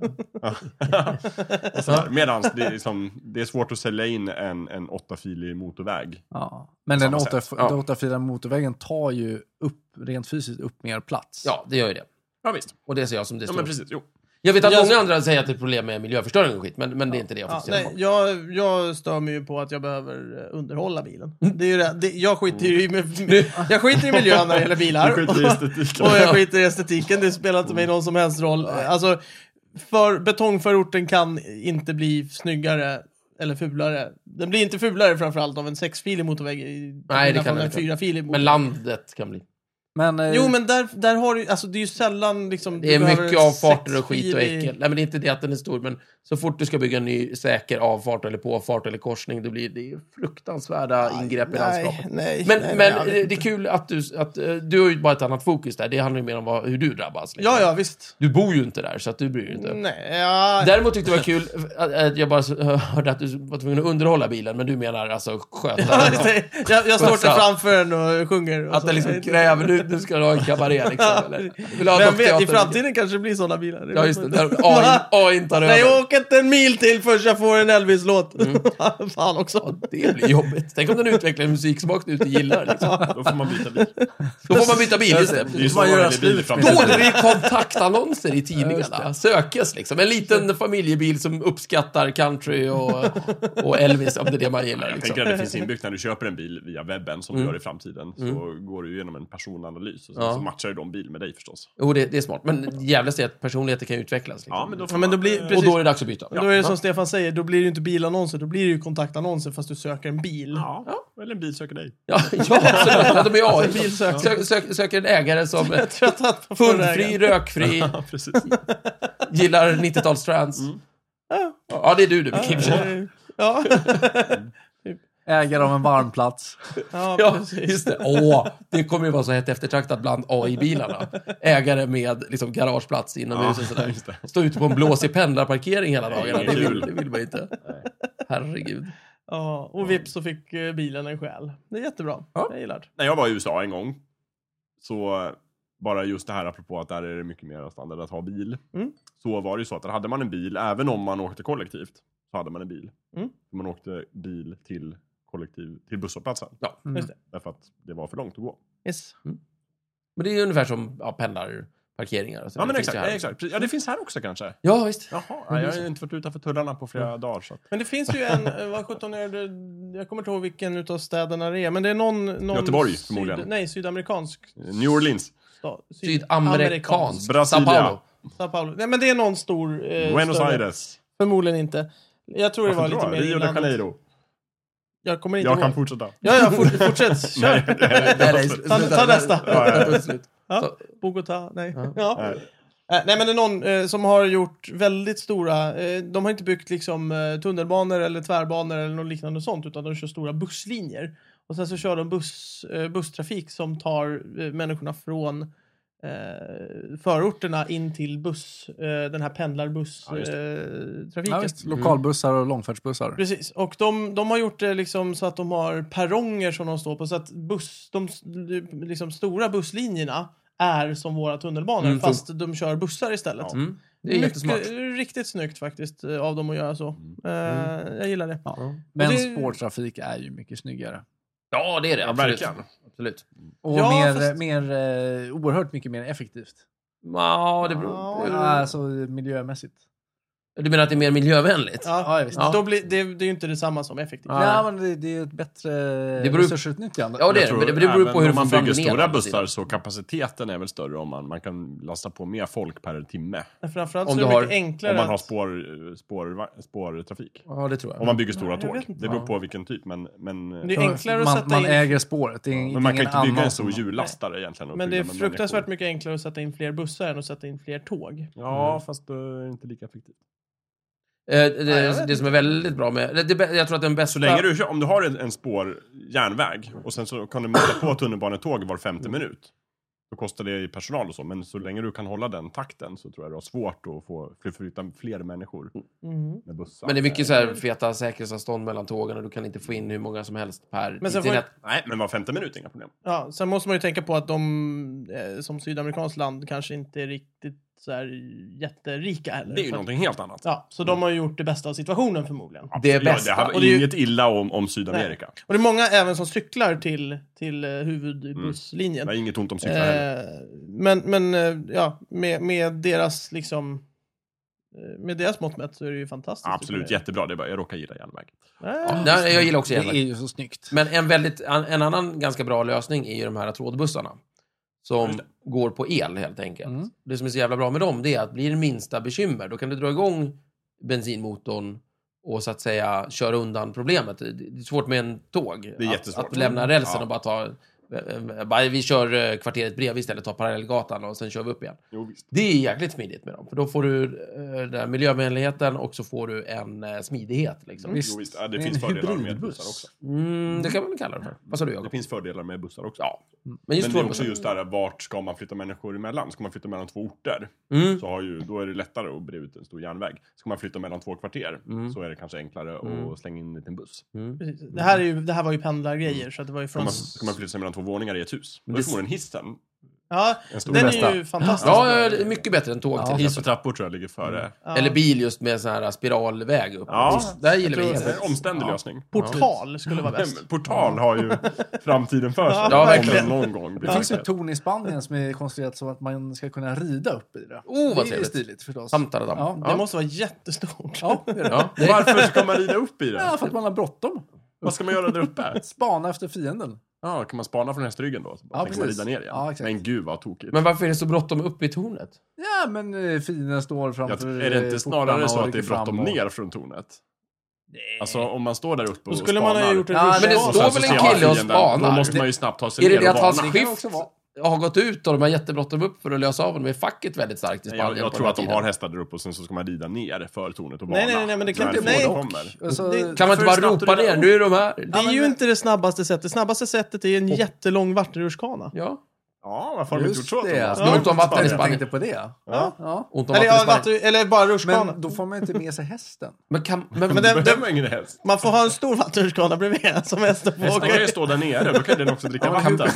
Medan det är, liksom, det är svårt att sälja in en, en åttafilig motorväg. Ja. Men den samma sätt. återf- Ja. den åttafila motorvägen tar ju upp, rent fysiskt upp mer plats. Ja, det gör ju det. Ja, visst. Och det ser jag som det Ja, står. men precis. Jo. Jag vet att Jag- många andra säger att det är ett problem med miljöförstöring och skit, men, men det är inte det jag Ja, fokuserar nej, på. jag, jag stör mig ju på att jag behöver eh, underhålla bilen. Det är ju det, det, jag skiter ju i, med, jag skiter i miljön när det gäller bilar. Du skiter i estetiken. Och jag skiter i estetiken, det spelar inte mig någon som helst roll. Alltså, för betongförorten kan inte bli snyggare eller fulare. Den blir inte fulare framförallt av en sexfilig motorväg i, Nej, det kan från den en inte. fyrafilig motorväg. Men landet kan bli. Men, eh, Jo, men där, där har du, alltså det är ju sällan liksom... Det är du behöver mycket en avfarter och skit och sexfilig- äckel. Nej, men det är inte det att den är stor, men så fort du ska bygga en ny säker avfart eller påfart eller korsning, då blir det ju fruktansvärda ingrepp i Nej, landskapet. nej, Men, nej, men jag vet det inte. är kul att du, att eh, du har ju bara ett annat fokus där. Det handlar ju mer om vad, hur du drabbas. liksom. Ja, ja, visst. Du bor ju inte där, så att du bryr dig inte. Nej, ja... Däremot tyckte det var kul att att jag bara så- hörde att du var tvungen att underhålla bilen, men du menar alltså sköta Ja, den. just det. jag, jag står där framför den och sjunger. Och Att så. det liksom kräver, nu, nu ska du ha en kabaré liksom. Eller? Vill du ha Vem vet, i dockteater? framtiden kanske det blir sådana bilar. Ja, just det. Där A I tar Nej, över. jag åker inte en mil till förrän jag får en Elvis-låt. Mm. Fan också. Ja, det blir jobbigt. Tänk om den utvecklar en musiksmak du inte gillar. Liksom. Då får man byta bil. Då får man byta bil, just det. Det är ju så Man man gör gör bil i Då framtiden. är det ju kontaktannonser i Just tidningarna. det. Sökes liksom. En liten familjebil som uppskattar country och, och Elvis, om det är det man gillar. Jag Liksom. tänker att det finns inbyggt när du köper en bil via webben som Mm. du gör i framtiden. Så Mm. går du igenom en personanalys och sen Ja. så matchar ju de bil med dig förstås. Jo, det, det är smart. Men jävligt är att personligheter kan utvecklas. Liksom. Ja, men då får Ja, men då man, blir- eh, Och precis. då är det dags att byta. Då är det som Stefan säger, då blir det ju inte bilannonser, då blir det ju kontaktannonser fast du söker en bil. Ja, eller en bil söker dig. Ja, ja, absolut. Ja, de är A I. Alltså, bilsök. Sö, sö, söker en ägare som Jag är tröttnat på förra hundfri, ägaren. rökfri, Ja, precis. gillar nittiotalstrans. Mm. Ja. Ja, det är du, du. Kim. Ja, ägare av en varmplats. ja, Ja, precis. just det. Åh, det kommer ju vara så hett eftertraktat bland A I-bilarna. Ägare med liksom garageplats inomhus och Ja, sådär. just det. Stå ute på en blåsig pendlarparkering hela dagarna. Det vill, Kul. det vill man ju inte. Herregud. Ja, och vips så fick eh, bilen en själ. Det är jättebra. Ja. Jag gillar det. När jag var i U S A en gång, så bara just det här apropå att där är det mycket mer standard att ha bil. Mm. Så var det ju så att där hade man en bil, även om man åkte kollektivt, så hade man en bil. Mm. Man åkte bil till kollektiv, till busshållplatsen. Ja. Mm. Just det. Därför att det var för långt att gå. Yes. Men det är ju ungefär som ja, pendlarparkeringar. och så. Ja, men Det finns exakt, ju här ja, också. exakt. Ja, det finns här också kanske. Ja, visst. Jaha, Men ja, det är jag så. har inte varit utanför tullarna på flera dagar. Så att... Men det finns ju en, eh, vad sjutton är det, jag kommer inte ihåg vilken utav städerna det är, men det är någon... någon Göteborg, förmodligen. Nej, sydamerikansk New Orleans, stad. Sydamerikansk. Brasilia. Sao Paulo. Sao Paulo. Nej, men det är någon stor... Eh, Buenos större. Aires. Förmodligen inte. Jag tror det var Varför lite då? mer Rio de inlandet. Janeiro. Jag kommer inte Jag ihåg. kan fortsätta. Ja, ja, fort, fortsätt. Kör. Nej, det är- Nej, nej, Ta- sluta. ta nästa. Ja, ja, ja. Slut. Ja. Så- Bogotá, nej. Ja. Ja. Nej. Eh, nej, men det är någon eh, som har gjort väldigt stora... Eh, de har inte byggt liksom eh, tunnelbanor eller tvärbanor eller något liknande sånt, utan de kör stora busslinjer. Och sen så kör de buss, eh, busstrafik som tar eh, människorna från eh, förorterna in till buss, eh, den här pendlarbuss Ja, just eh, Ja, trafiken. visst. Lokalbussar och långfärdsbussar. Precis, och de, de har gjort det liksom så att de har perronger som de står på, så att buss, de s- liksom stora busslinjerna är som våra tunnelbanor, Mm, fast de kör bussar istället. Ja. Mm. Det är jättesmart. Riktigt snyggt faktiskt eh, av dem att göra så. Eh, jag gillar det. Ja. Men Och det- spårtrafik är ju mycket snyggare. Ja, det är det. Ja, Absolut. verkligen. absolut. Och Ja, mer, fast- mer, eh, oerhört mycket mer effektivt. Ja, det Ja. beror... Alltså miljömässigt. Du menar att det är mer miljövänligt? Ja, Ja, visst. Ja. Då blir, det, det är ju inte detsamma som effektivt. Ja. Ja, men det, det är ett bättre beror- resursutnyttjande. Ja, det är Jag det. tror Men det beror även på hur du om får man fram bygger den stora ena bussar sidan. så kapaciteten är väl större om man, man kan lasta på mer folk per timme. Men framförallt Om så är du det har- mycket enklare Om man har att- spår, spår, spårtrafik. Ja, det tror jag. Om man bygger stora Ja, jag tåg. vet inte. Det beror Ja. på vilken typ. Men, men, Det är enklare att man, sätta man in... äger spåret. Det är, men man kan ingen inte bygga annan en stor som- hjullastare egentligen. och Men det är fylla med fruktansvärt människor. mycket enklare att sätta in fler bussar än att sätta in fler tåg. Ja, fast det är inte lika effektivt. Eh, det, Ja, jag vet det som är väldigt bra med... Det, det, jag tror att den bästa... Så länge du, kör- om du har en, en spår järnväg och sen så kan du möta på tunnelbanetåg var femte minut. Då kostar det i personal och så, men så länge du kan hålla den takten så tror jag du har svårt att få förflytta fler människor Mm. med bussar. Men det är mycket så här feta säkerhetsavstånd mellan tågen och du kan inte få in hur många som helst per Men sen får- internet. Nej, men var femte minut, inga problem. Ja, sen måste man ju tänka på att de eh, som sydamerikanskt land kanske inte är riktigt så här jätterika heller. Det är ju För- någonting helt annat. Ja, så de har gjort det bästa av situationen förmodligen. Det Ja, bästa. det här Och det är ju- inget illa om, om Sydamerika. Och det är många även som cyklar till, till eh, huvudbusslinjen. Det är inget ont om cyklar heller. Eh, men men eh, ja, med, med deras liksom eh, med deras mått mätt så är det ju fantastiskt. Absolut, jättebra. Det är bara, jag råkar gilla järnväg. Eh, Nej, jag gillar också Det är järnväg. ju så snyggt. Men en, väldigt, en, en annan ganska bra lösning är ju de här trådbussarna. Som Just går på el helt enkelt. Mm. Det som är så jävla bra med dem det är att blir det minsta bekymmer då kan du dra igång bensinmotorn och så att säga köra undan problemet. Det det är svårt med en tåg. Det är att, jättesvårt. att lämna rälsen Ja. och bara ta... eh, Bara, vi kör eh, kvarteret bredvid istället, tar parallellgatan och sen kör vi upp igen. Jo, visst. Det är jäkligt smidigt med dem. För då får du eh, den här miljövänligheten och så får du en eh, smidighet. Liksom. Visst. Jo, visst. Ja, det Det är finns en fördelar med hybridbuss. bussar också. Mm, det kan man väl kalla det för. Vad sa du, Det Jakob? finns fördelar med bussar också. Ja. Men just Men det är också trådbussar. just det här, vart ska man flytta människor emellan? Ska man flytta mellan två orter? Mm. Så har ju, då är det lättare att bre ut en stor järnväg. Ska man flytta mellan två kvarter Mm. så är det kanske enklare Mm. att slänga in en liten buss. Mm. Precis. Det här, är ju, det här var ju pendlargrejer så att det var ju Ska från... man, ska man flytta sig mellan två våningar i ett hus? Då är Det- förmodligen hissen Ja, en stor den bästa. är ju fantastisk. Ja, det är mycket bättre än tåg Ja. till Hiss exempel. och trappor tror jag ligger före. Ja. Eller bil just med sån här spiralväg upp. Ja. Där gillar vi Jag Det tror- är det. en omständig Ja. lösning. Portal skulle vara bäst. Portal har ju framtiden för sig. Ja, Ja, Om verkligen. den någon gång blir Det finns ju verklighet. ett torn i Spanien som är konstruerat så att man ska kunna rida upp i det. Oh, vad det är trevligt. stiligt förstås. Samtaradam. Ja, Det måste vara jättestort. Ja, det är det. Ja, det är, Varför ska man rida upp i Ja, det? för att man har bråttom. Vad ska man göra där uppe? Spana efter fienden. Ja, kan man spana från hästryggen då? Så bara Ja, tänker man precis. rida ner igen. Ja, exakt. Men gud vad tokigt. men varför är det så bråttom upp i tornet? Ja, men eh, fienden står Jag, framför är det inte eh, snarare portarna så och att det är rycker fram bråttom och- ner från tornet? Alltså om man står där uppe Då och skulle spanar. man ha gjort en Ja, rush- men det Ja, står sen väl så en ser man kille och fienden, spanar? Då måste man ju snabbt ta sig Är det ner det och att hans varna. Det kan också skift vara. har gått ut och de har jättebråttom upp för att lösa av dem? Är facket väldigt starkt i Nej, Spanien Jag, jag på tror den att de tiden? har hästar där uppe och sen så ska man rida ner för tornet och varna. Nej, nej, nej, men det kan när inte- fienden nej. kommer. Alltså, Det- Kan man inte För bara snabbt ropa rida ner? upp. Nu är de här. Det är ju inte det snabbaste sättet. Det snabbaste sättet är en jättelång vattenrutschkana. Ja. Ja, varför har de inte gjort Just så? det. Thomas? Ja. Ont om vatten i Jag Spanien. tänkte på det. Ja. Ja. Ont om Eller, vatten i ja, Spanien. vatten, eller bara rutschkana. Men då får man inte med sig hästen. Men kan... Men, Men Men den- det den- behöver ingen häst. Man får ha en stor vattenrutschkana bredvid som hästen får Hästen kan ju åka. stå där nere, då kan den också dricka Ja, men vatten.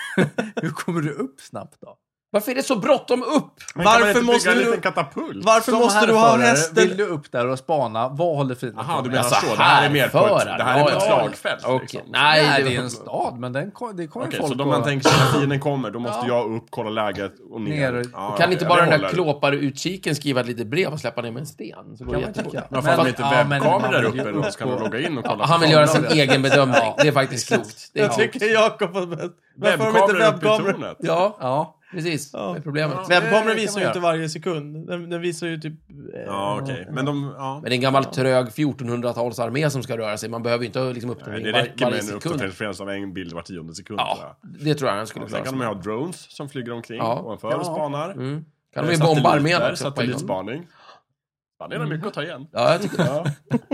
Hur kommer du upp snabbt då? varför är det så bråttom upp? Men kan man Varför inte måste bygga en du- liten katapult? Varför Som måste du ha härförare, hästen? Vill du upp där och spana, vad håller fienden Jaha, på du med? menar Alltså, så. Det här är mer på ett, härförare. det här är Ja, på ett ja. slagfält. Okej. Liksom. Nej, Nej, det det är var- en stad, men den, kom- det kommer Okej, folk så då på- man tänker sig när fienden kommer, då måste Ja. jag upp, kolla läget och ner. Ner och- Ja, Kan okej, inte ja, bara det den där håller. klåpare utkiken skriva ett litet brev och släppa ner med en sten? Så går det Kan man jättefort. tycka. Varför har de Men- inte ja, men webbkameror man där vill uppe ju då? Så kan de logga in och kolla. Han vill på göra kameror. sin egen bedömning. Det är faktiskt klokt. Det är Jag klokt. tycker Jakob har bäst. Varför har de inte Webbkameror uppe i webbkameror? tornet. Ja, Ja, precis. Ja. Det är problemet. Ja. Webbkameror Det visar kan man ju inte göra. varje sekund. Den, den visar ju typ... eh, Ja, okej. Men de, ja. Men det är en gammal trög fjortonhundratalsarmé som ska röra sig. Man behöver ju inte liksom Nej, uppdatering det var, räcker med varje en sekund. uppdateringsfrekvens av en bild var tionde sekund. tror Ja, jag. det tror jag han skulle Och klara sen kan sig de ju med. ha drones som flyger omkring Ja. ovanför Ja. och spanar. Mm. Kan de Eh, ju bomba armén satelliter, också på en gång. Satellitspaning. Spanien har mycket att ta igen. Ja, jag tycker det. Ja.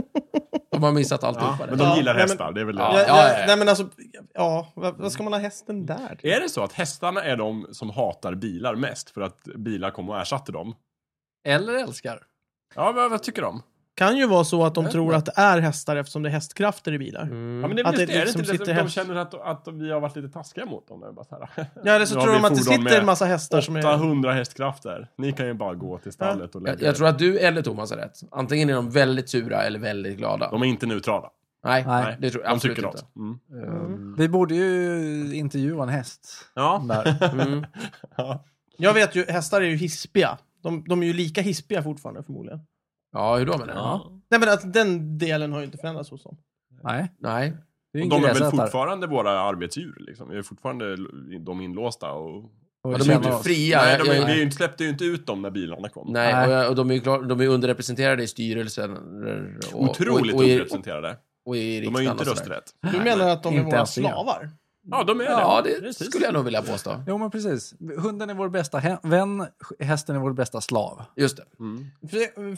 De har missat alltihopa. Ja, det. men de Ja, gillar nej, hästar, det är väl det. Ja. Ja, ja, ja. Nej men alltså, ja, vad, vad ska man ha hästen där till? Är det så att hästarna är de som hatar bilar mest för att bilar kommer och ersatte dem? eller älskar. Ja, vad, vad tycker de? Kan ju vara så att de Jag tror vet att det är hästar eftersom det är hästkrafter i bilar. Mm. Ja, men det är väl Att just det det, är det liksom inte det sitter att de häst- känner att, att vi har varit lite taskiga mot dem? Det är bara så här. Ja, eller så Nu har tror vi de att det fordon sitter en med massa hästar som är... åttahundra hästkrafter. Ni kan ju bara gå till stallet och lägga Jag, jag tror att du eller Thomas har rätt. Antingen är de väldigt sura eller väldigt glada. De är inte neutrala. Nej, Nej. det tror jag De absolut tycker inte. något. Mm. Mm. Vi borde ju intervjua en häst. Ja. Där. Mm. Ja. Jag vet ju, hästar är ju hispiga. De, de är ju lika hispiga fortfarande förmodligen. Ja, hur då menar du? Ja. Nej men att den delen har ju inte förändrats hos dem. Nej, Nej. det är Och ju de är väl gräsätare. fortfarande våra arbetsdjur liksom. Vi är fortfarande de inlåsta och... Och Ja, de är känner inte oss. fria. Nej, de, Jag- är, jag- vi är ju inte- släppte ju inte ut dem när bilarna kom. Nej, Nej. och, jag- och de är ju klar, de är underrepresenterade i styrelsen. Och, Otroligt och, och, i, underrepresenterade. och i De har ju riksdagen inte och sådär. rösträtt. Du menar att de är inte våra ens det. slavar? Ja, de är det. Ja, det Precis. skulle jag nog vilja påstå. Jo, men precis. Hunden är vår bästa hä- vän, hästen är vår bästa slav. Just det. Mm. För-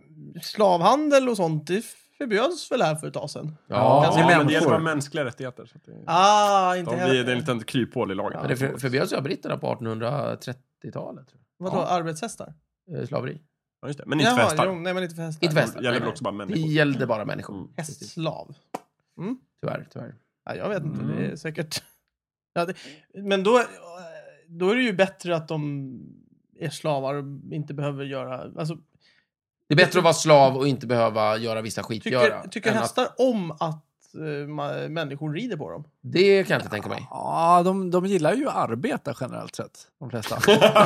Slavhandel och sånt, det förbjöds väl här för ett tag sedan? Ja, Ja, Ja, det är men det gäller bara människor. mänskliga rättigheter. Så att det, Ah, inte de, heller. vi, det är en liten kryphål i lagen. men det för, förbjöds ju av britterna på artonhundratrettiotalet. Tror Vadå, Ja. arbetshästar? jag. Eh, Slaveri. Ja, just det. Men inte för Jaha, hästar. jo, nej men inte för hästar. Inte för hästar. Det gäller Nej, väl nej. också bara Det människor. gällde bara människor. Mm. Precis. Hästslav. Mm. Tyvärr, tyvärr. Ja, jag vet inte, Mm. det är säkert... Ja, det... Men då, då är det ju bättre att de är slavar och inte behöver göra... Alltså, Det är bättre att vara slav och inte behöva göra vissa skitgöra. tycker tycker hästar att... om att uh, ma- människor rider på dem? Det kan jag inte tänka mig. Ja, de, de gillar ju att arbeta generellt sett, de flesta.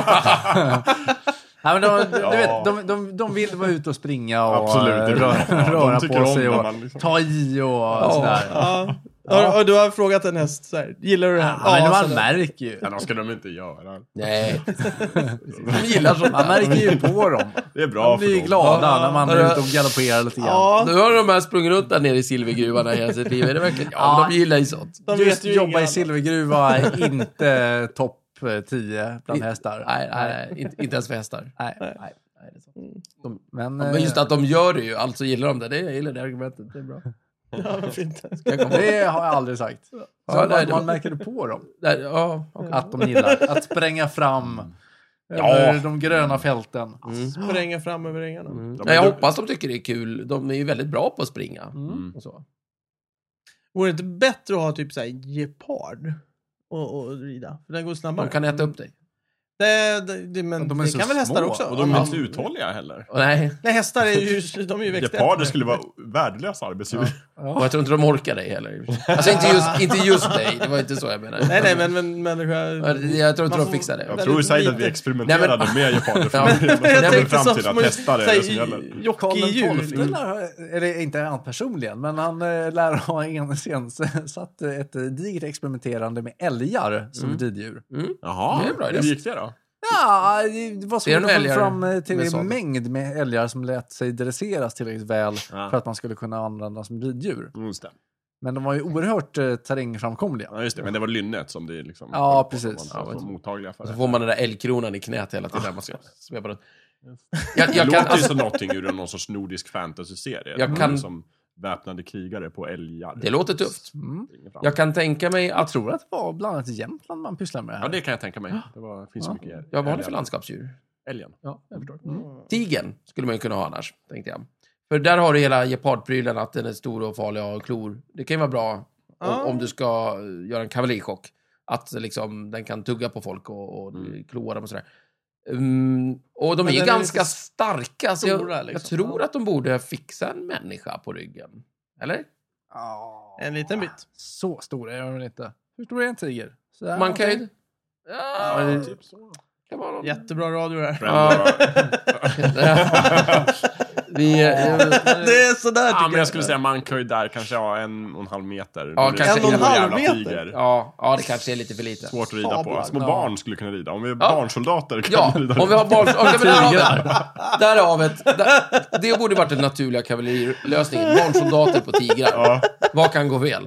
Nej, men de, du vet, de, de, de vill vara ute och springa och Absolut, det röra, ja, röra på sig och man liksom... ta i och ja, sådär. Ja. Ja. Och du har frågat en häst så här, gillar du det här? Ja, men man sådär. märker ju. Ja, de ska de inte göra. Nej. De gillar sånt. Man märker ju på dem. Det är bra De blir för ju dem. glada Ja. när man är ute och galopperar lite grann. Ja, Nu har de här sprungit runt där nere i silvergruvan hela sitt liv. Är det verkligen? Ja, Ja. de gillar ju sånt. de Just vet ju jobba inga i annat. silvergruva är inte topp tio bland hästar. Nej, nej, nej. Inte, inte ens för hästar. Nej. Nej, nej, det är så. De, Men, men just att de gör det ju, alltså gillar de det. Det jag gillar det argumentet, det är bra. Ja, vad fint. Ska jag komma? det har jag aldrig sagt. Så Ja, man, nej, det man var- märker det på dem. Nej, ja, okej. Att de gillar att spränga fram Ja. över de gröna fälten. Spränga fram över ängarna. Mm. Ja, Nej, jag men- hoppas de tycker det är kul. De är ju väldigt bra på att springa. Mm. Och så. Vore det inte bättre att ha typ såhär gepard och, och rida? För den går snabbare. De kan äta upp dig. Det, det, det, men De är det så kan väl hästar små, också? Och de är Ja. inte uthålliga heller. Och nej, Nej, hästar är ju, de är ju växtätare. Geparder skulle vara värdelösa arbetsdjur. och jag tror inte de orkar dig heller. Alltså inte just, inte just dig, det var inte så jag menade. Nej, nej, men, men människa... Jag tror inte Man de får- fixar det. Jag Väldigt tror säkert att vi lite. experimenterade Nej, med geparder för Ja. man Jag kommer tänkte fram som till små- att hästar är det som gäller. Jockey i Karl den tolfte djur. lär, eller inte han personligen, men han eh, lär ha en scen satt ett eh, digert experimenterande med älgar som Mm. riddjur. Mm. Jaha, Det är bra idé. hur gick det då? Ja, det var Ser svårt du att få älgar fram eh, med till en sadel? mängd med älgar som lät sig dresseras tillräckligt väl Ja. för att man skulle kunna använda som riddjur. Mm, Just det. Men de var ju oerhört eh, terrängframkomliga. Ja, just det. Men det var lynnet som det liksom... Ja, som precis. var Ja, så mottagliga för Så det. får man den där älgkronan i knät hela tiden. Man ska svepa runt. Det Jag, jag låter kan, ju alltså, som någonting ur någon sorts nordisk fantasy-serie. Jag De kan- Som väpnade krigare på älgar. det låter tufft. Mm. Jag kan tänka mig Jag att... tror att det var bland annat i Jämtland man pysslar med det här. Ja, det kan jag tänka mig. Det var, finns Ja. mycket älg. Ja, vad har ni för landskapsdjur? Älgen. Ja, jag förstår. Mm. Tigern skulle man ju kunna ha annars, tänkte jag. För där har du hela gepardprylen, att den är stor och farlig och har klor. Det kan ju vara bra om, Ja. om du ska eh, göra en kavallerichock. Att liksom, den kan tugga på folk och, och Mm. kloa dem och sådär. Um, och de Men är den är ganska lite starka, så jag, stora, jag liksom. tror Ja. att de borde fixa en människa på ryggen. Eller? Ja. En liten bit. Så stora är de väl inte. Hur stor är en tiger? Så här Mankhöjd? någonting. Ja, Ja, det- Typ så. kan vara någon. Jättebra radio det här. Vi, eh, Det är sådär Ja, tycker men jag skulle säga mankhöjd där, kanske ja, en och en halv meter. Ja, Det är kanske stor en och en halv jävla meter. tiger. ja, ja, det kanske är lite för lite. Svårt att rida på. Sablar. Små Ja. barn skulle kunna rida. Om vi är Ja. barnsoldater kan Ja, vi rida. om vi har barn... Okej, men där har vi där har vi ett, där, det borde varit den naturliga kavallerilösningen. Barnsoldater på tigrar. Ja, Vad kan gå fel?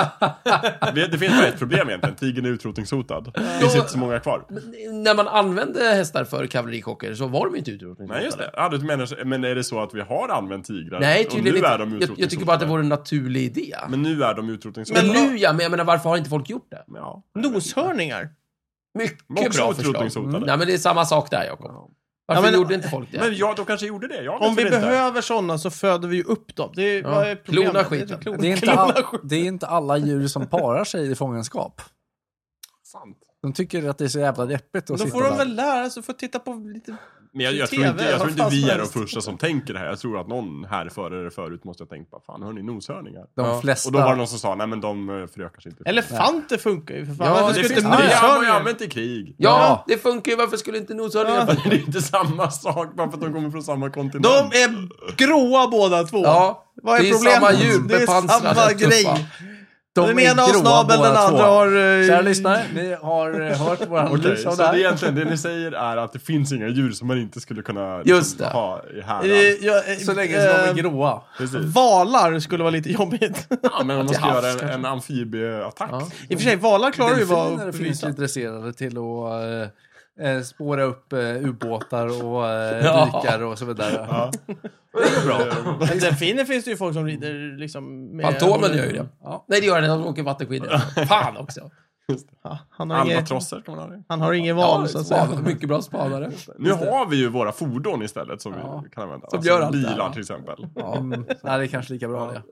det det finns bara ett problem egentligen. Tigern är utrotningshotad. Det finns inte så många kvar. När man använde hästar för kavallerichocker så var de inte utrotningshotade. Nej, just det. Ja, du menar, men är det så att vi har använt tigrar? Nej, och tydligen nu inte. är de Jag, utrotningshotade? jag tycker bara att det vore en naturlig idé. Men, Men nu är de utrotningshotade. nu ja, men jag menar, varför har inte folk gjort det? Ja. Noshörningar. Mycket Men också bra förslag. utrotningshotade. Mm. Nej, men det är samma sak där, Jakob. Ja. Varför Ja, men- gjorde inte folk det? Men ja, de kanske gjorde det. Jag Om vet vi väl inte. behöver sådana så föder vi ju upp dem. Det är, Ja. vad är problemet? Klona skiten. Klona- Det är, inte klona all, skiten. det är inte alla djur som parar sig i fångenskap. Sant. De tycker att det är så jävla deppigt att Då sitta får de där. väl lära sig, få titta på lite... Men jag, jag T tror V, inte, jag tror vad inte fan vi som är de helst. första som tänker det här. Jag tror att någon här före eller förut måste ha tänkt, vad fan, hör ni noshörningar? De Ja. flesta... Och då var det någon som sa, nej men de eh, förökar sig inte. Elefanter funkar ju för fan. Ja, Varför det skulle finns inte det. Det har man ju noshörningar? använt i krig. Ja, Ja. det funkar ju. Varför skulle inte noshörningar... Ja. Men det är inte samma sak bara för att de kommer från samma kontinent. De är gråa båda två. Ja, Vad är det är problemet? samma djur, Det är bepansrade, samma tuffa. grej. De Den är ena har grova snabel, den båda andra två. har... eh, Kära lyssnare, ni har eh, hört vår Okej, analys så av det det är här. egentligen det ni säger är att det finns inga djur som man inte skulle kunna Just det. ha i här. eh, ja, eh, Så länge som de är eh, gråa. Precis. Valar skulle vara lite jobbigt. Ja, men om man Till ska havs, göra en, kanske. en amfibieattack. Ja. I och för sig, valar klarar ju vara Delfiner uppe finns ju vid dresserade till att eh, eh, spåra upp eh, ubåtar och eh, Ja. dykare och så vidare. Ja. Det är bra. Men delfiner finns det ju folk som rider liksom med... Fantomen gör ju det. Ja. Nej, det gör den. De åker vattenskidor. Fan också. Ja, han, har ingen, Albatrosser kan man ha det. han har ingen val, Ja, så att säga. span- mycket bra spanare. Nu har vi ju våra fordon istället som Ja. vi kan använda. Som gör allt det här, bilar va? till exempel. Ja. Mm. Nej, det är kanske lika bra det. Ja.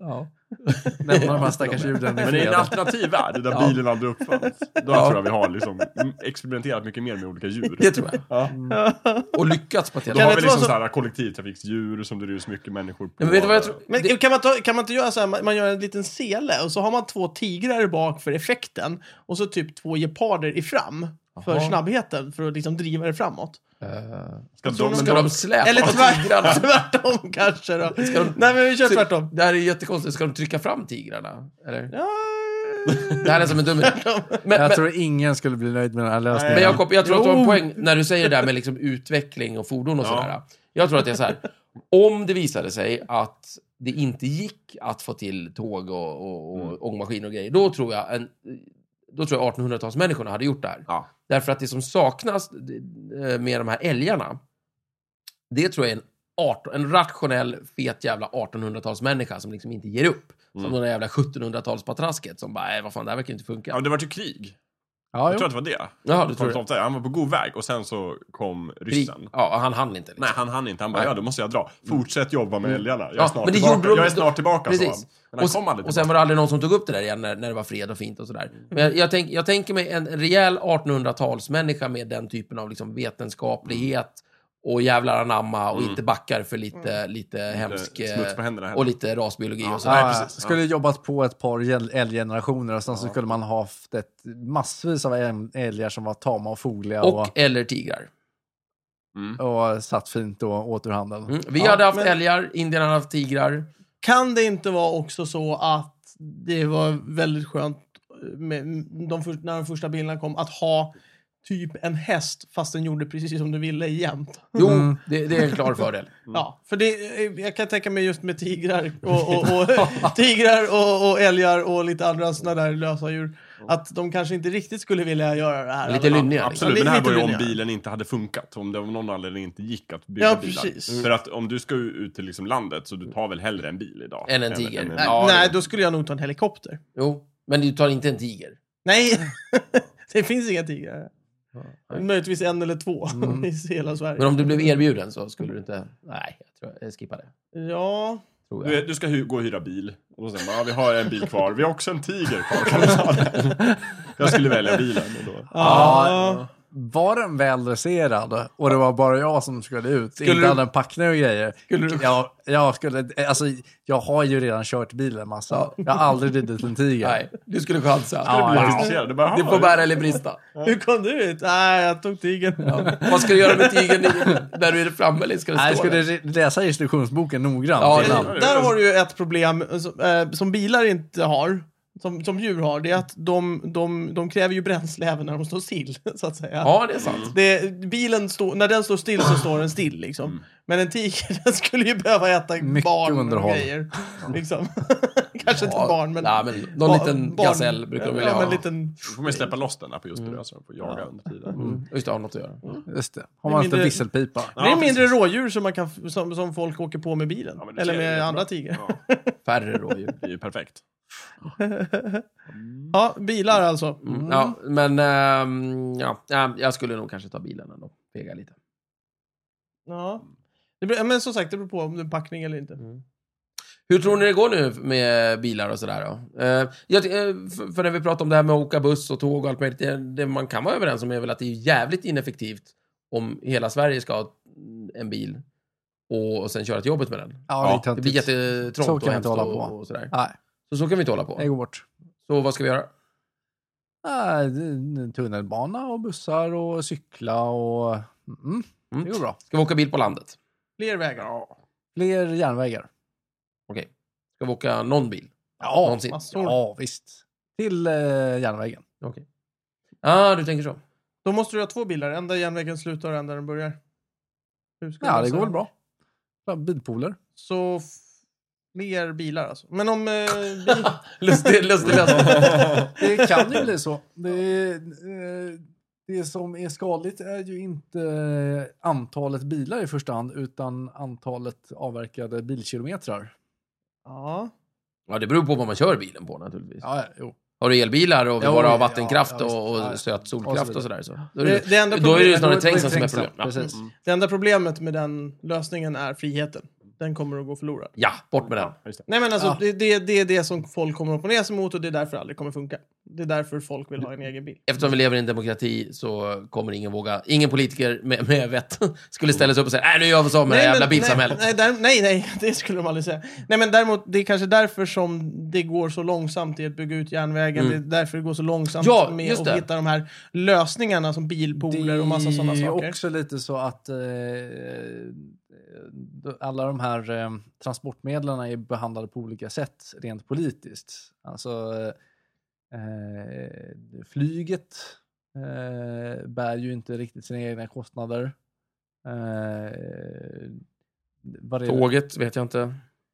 Lämna de här stackars djuren. Men det är en alternativ värld där Ja. bilen aldrig uppfanns. Då Ja. tror jag vi har liksom experimenterat mycket mer med olika djur. Det tror jag. Ja. Och lyckats på ett helt Då Kan har det vi inte liksom vara så här kollektivtrafiksdjur som det är så mycket människor på. Men vet du vad jag tror? Men Det- kan, man ta, kan man inte göra så här, man, man gör en liten sele och så har man två tigrar bak för effekten och så typ två geparder i fram för Jaha. snabbheten för att liksom driva det framåt. Eh, Ska Så de, Ska de släpa Eller tvär, tigrarna? tvärtom kanske då. Ska de- Nej men vi kör tvärtom. Det här är jättekonstigt. Ska de trycka fram tigrarna? Eller? Ja. Det här är som en dum... Men, Jag men, tror ingen skulle bli nöjd med den här lösningen. men Jakob, jag tror att du har en Jo. poäng när du säger det där med liksom utveckling och fordon och Ja. sådär. Jag tror att det är så här. Om det visade sig att det inte gick att få till tåg och, och, och Mm. ångmaskiner och grejer, då tror jag en, då tror jag artonhundratals-människorna hade gjort det här. Ja. Därför att det som saknas eh, med de här älgarna, det tror jag är en, arton, en rationell, fet jävla artonhundratals-människa som liksom inte ger upp. Som Mm. de där jävla sjuttonhundratals-patrasket som bara, nej vad fan, det här verkar inte funka. Ja, det var ju krig. Ja, Jag jo. tror att det var det. Jaha, du tror det? Ofta, han var på god väg och sen så kom ryssen. Ja, han hann inte. Liksom. Nej, han hann inte. Han bara, Nej. ja då måste jag dra. Fortsätt jobba med älgarna. Jag är Ja, snart men det tillbaka. gjorde de- Jag är snart tillbaka, sa han. Precis. Men han Och, kom aldrig och sen tillbaka. var det aldrig någon som tog upp det där igen när, när det var fred och fint och sådär. Men jag, jag, tänk, jag tänker mig en, en rejäl artonhundratalsmänniska med den typen av liksom vetenskaplighet och jävlar anamma och Mm. inte backar för lite, lite hemsk Lite smuts på eh, händerna heller. och lite rasbiologi Ja, och sådär. nej, Ja, precis. skulle jobbat på ett par gäll- älggenerationer och sen så skulle man ha haft ett massvis av äl- älgar som var tama och fogliga och, Och eller tigrar. Mm. och satt fint och åt ur handen. Mm. Vi Ja, hade haft men- älgar, Indien hade haft tigrar. Kan det inte vara också så att det var väldigt skönt med de för, när de första bilarna kom att ha typ en häst fast den gjorde precis som du ville jämt. Jo, Mm. det, det är en klar fördel. Ja, för det, jag kan tänka mig just med tigrar och, och, och, tigrar och, och älgar och lite andra sådana där lösa djur. Att de kanske inte riktigt skulle vilja göra det här. Lite Eller- lynniga. Ja, Liksom. absolut, men det här Lite var ju om lynniga. bilen inte hade funkat. Om det av någon anledning inte gick att bygga Ja, bilar. precis. För att om du ska ut till liksom landet så du tar väl hellre en bil idag. Än en tiger. en- Nej, Ja, nej, det- då skulle jag nog ta en helikopter. Jo, men du tar inte en tiger. Nej, det finns inga tigrar. Nej. Möjligtvis en eller två Mm. i hela Sverige. Men om du blev erbjuden så skulle du inte... Nej, jag tror jag skippar det. Ja, Tror Du, jag. du ska hy- gå och hyra bil. Och då säger man, ja, vi har en bil kvar. Vi har också en tiger kvar. Kan du ta den? Jag skulle välja bilen. Och då. ja. Var den väl dresserad och det var bara jag som skulle ut, Skulle inte du- hade en packning och grejer. Skulle du- Jag, jag skulle, alltså, jag har ju redan kört bilen en massa. Jag har aldrig ridit en tiger. Nej, du skulle chansa. Ja, Blir ja. intresserad. Du bara, Det "Jaha, får bära eller brista. Hur kom du ut? Nej, jag tog tigern. Ja. Vad ska du göra med tigern i- när du är framme eller ska du Nej, jag stå skulle där? re- läsa instruktionsboken noggrant Ja, innan. det- Där har du ju ett problem som, eh, som bilar inte har, som, som djur har. Det är att de, de, de kräver ju bränsle även när de står still, så att säga. Ja, det är sant. Det, bilen stå, när den står still så står den still liksom. Men en tiger, den skulle ju behöva äta Mycket barn och underhåll. grejer. Liksom. Kanske inte Ja, barn, men... nej, men någon ba- liten barn- gasell brukar de vilja ja, ha. men liten... Då får man släppa loss den där på just det. Så de får jaga under tiden. Mm. Just det, har något att göra. Just det. Det Har är man inte mindre- visselpipa? Det är Ja, mindre precis. rådjur som, man kan, som, som folk åker på med bilen. Ja, men det Eller ser med jättebra. andra tigrar. Ja, Färre rådjur. det är ju perfekt. Ja, bilar alltså. Mm. Ja, men ehm, ja, ja, jag skulle nog kanske ta bilen ändå. Pega lite. Ja. Det beror, men som sagt, det beror på om det är packning eller inte. Hur tror ni det går nu med bilar och sådär då? Eh, jag, eh, för, för när vi pratar om det här med att åka buss och tåg och allt möjligt, det, det man kan vara överens om är väl att det är jävligt ineffektivt om hela Sverige ska ha en bil och, och sen köra till jobbet med den. Ja, Ja, det, Det blir jättetrångt Så och kan vi inte hemskt hålla och, på. och sådär. Nej, Så så kan vi inte hålla på. det går bort. Så vad ska vi göra? Nej, det- tunnelbana och bussar och cykla och... Mm, Mm. det går bra. Ska vi åka bil på landet? Fler vägar. Fler järnvägar. Okej. Ska vi åka någon bil? Ja, Någonsin? massor. ja visst. Till eh, järnvägen. Okej. Ah, du tänker så. Då måste du ha två bilar. En där järnvägen slutar och en där den börjar. Hur ska du Ja, det lösa går väl bra. Ja, bilpooler. Så f- fler bilar alltså. Men om... Eh, bil... Lustig, lustig lösning. Det kan ju bli så. Det, eh, det som är skadligt är ju inte antalet bilar i första hand utan antalet avverkade bilkilometrar. ja. Ja, det beror på vad man kör bilen på naturligtvis. Ja, jo. Har du elbilar och Jo, bara har ja, vattenkraft ja, visst. och, och Ja, söt och solkraft så och sådär. Så. Då är Det, det, det, enda då är det ju problemet, snarare Då- då är det trängseln som är trängsel, problem. Ja. Precis. Mm. det enda problemet med den lösningen är friheten. den kommer att gå förlorad. Ja, bort med den. Ja, just det. Nej men alltså, Ja. det, det, det är det som folk kommer att opponera sig mot och det är därför det aldrig kommer funka. Det är därför folk vill ha en egen bil. Eftersom vi lever i en demokrati så kommer ingen våga, ingen politiker med, med vett skulle ställa sig upp och säga nej nu gör vi så med det jävla men- bilsamhället. Nej, nej, där, nej, nej, det skulle de aldrig säga. Nej, men däremot, det är kanske därför som det går så långsamt i att bygga ut järnvägen. Mm. Det är därför det går så långsamt Ja, med just att det. hitta de här lösningarna som bilpooler och massa sådana Det är saker. också lite så att eh, alla de här eh, transportmedlen är behandlade på olika sätt rent politiskt. Alltså eh, flyget eh, bär ju inte riktigt sina egna kostnader. Eh, vad är det? Tåget vet jag inte.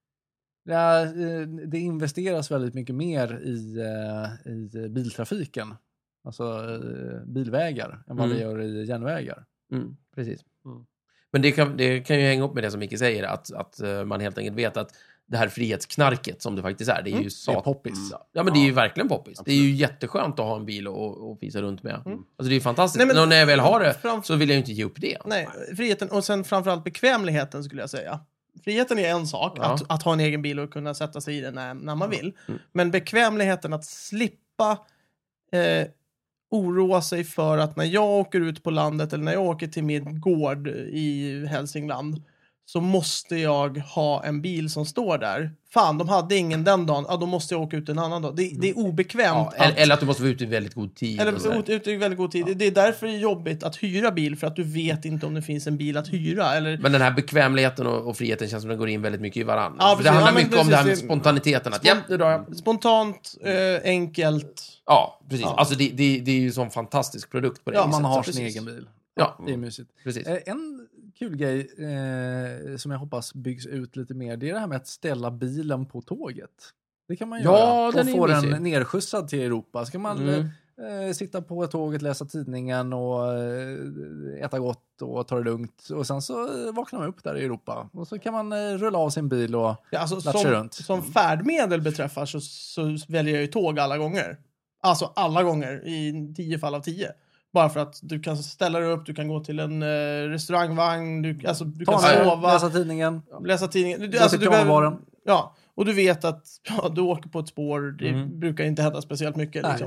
Ja, eh, det investeras väldigt mycket mer i, eh, i biltrafiken. Alltså eh, bilvägar än vad Mm. det gör i järnvägar. Mm, precis. Mm. Men det kan, det kan ju hänga upp med det som Micke säger, att, att uh, man helt enkelt vet att det här frihetsknarket som det faktiskt är, det är ju Mm. Det är sat... poppis. Ja, men det är ju verkligen poppis. Absolut. Det är ju jätteskönt att ha en bil och, och fisa runt med. Mm. Alltså det är ju fantastiskt. Nej, men- men när jag väl har det Fram- så vill jag ju inte ge upp det. Nej, friheten och sen framförallt bekvämligheten skulle jag säga. Friheten är en sak, Ja. att, att ha en egen bil och kunna sätta sig i den när, när man vill. Mm. Men bekvämligheten att slippa eh, oroa sig för att när jag åker ut på landet eller när jag åker till min gård i Hälsingland så måste jag ha en bil som står där. Fan, de hade ingen den dagen. Ja, då måste jag åka ut en annan dag. Det, det är obekvämt. Ja, att- eller, eller att du måste vara ute i väldigt god tid. och eller sådär. ut, ut i väldigt god tid. Det är därför det är jobbigt att hyra bil, för att du vet inte om det finns en bil att hyra. Eller... Men den här bekvämligheten och, och friheten känns som den går in väldigt mycket i varandra. Ja, För det precis. handlar Ja, men mycket om det här med precis. spontaniteten. Att, Spon- ja, nu drar jag. Spontant, eh, enkelt. Ja, precis. Ja. Alltså det, det, det är ju en sån fantastisk produkt på det Ja, viset. Man har Så sin precis. egen bil. Ja, Det är mysigt. precis. Eh, En kul grej eh, som jag hoppas byggs ut lite mer, det är det här med att ställa bilen på tåget. Det kan man Ja, göra. den Och är få mysig. den nerskjutsad till Europa. Ska man Mm. eh, sitta på tåget, läsa tidningen och eh, äta gott och ta det lugnt. Och sen så eh, vaknar man upp där i Europa. Och så kan man eh, rulla av sin bil och... Ja, alltså, Latcha som, runt. som färdmedel beträffar så, så väljer jag ju tåg alla gånger. Alltså alla gånger, i tio fall av tio. Bara för att du kan ställa dig upp, du kan gå till en eh, restaurangvagn, du, alltså, du kan Ta en öl, sova, läsa tidningen. läsa tidningen. Du, Gå alltså, till du behöver, kranbaren. ja, och du vet att ja, du åker på ett spår, det Mm. brukar inte hända speciellt mycket. Nej. Liksom.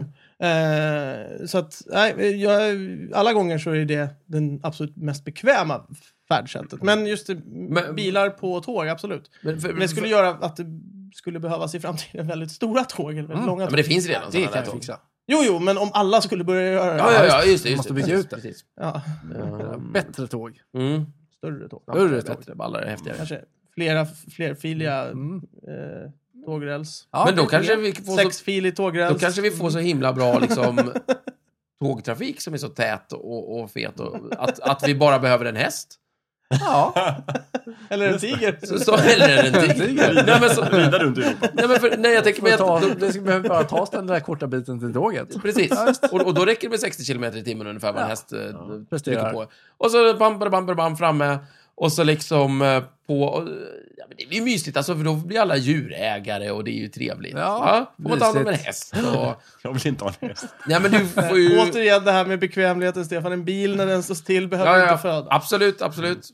Eh, så att, nej, jag, alla gånger så är det den absolut mest bekväma färdsättet. Men just det, Men- bilar på tåg, absolut. Men, för, Men det skulle göra att det skulle behövas i framtiden väldigt stora tåg, eller väldigt Mm. långa ja, tåg. men det finns redan Det sådana kan där jag tåg. fixa. Jo, jo, men om alla skulle börja göra det. Ja, ja, ja, just det. Just Måste det. bygga ut det. Precis. Ja, Um, Bättre tåg. Mm. större tåg. Större tåg. Bättre, ballare, häftigare. Kanske flera flerfiliga Mm. eh, tågräls. Ja, Men då det- kanske vi får så, Sexfilig tågräls. då kanske vi får så himla bra liksom, tågtrafik som är så tät och, och fet. Och, att, att vi bara behöver en häst. Ja, Eller en tiger. Så, så eller en tiger. Nej, men så, Rida runt i Europa. nej, men för, nej, jag tänker får mig ta, att... det ska behöva bara tas den där korta biten till tåget. Precis. Och, och då räcker det med sextio kilometer i timmen ungefär vad en Ja. häst eh, presterar. trycker på. Och så bam, bam, bam, bam framme. Och så liksom eh, på... Och, ja, men det blir mysigt, alltså, för då blir alla djurägare och det är ju trevligt. Ja, Får man ta hand om en mysigt. häst. Och, Jag vill inte ha en häst. ja, men du får ju... Återigen det här med bekvämligheten, Stefan. En bil när den står still behöver Ja, ja, inte föda. absolut, absolut.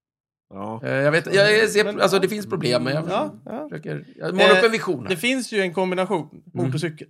Ja. Eh, Jag vet, jag, jag ser, Men- alltså det finns problem, men jag Ja, ja. försöker... Jag målar upp Eh, en vision Det här. finns ju en kombination, Mm. motorcykel.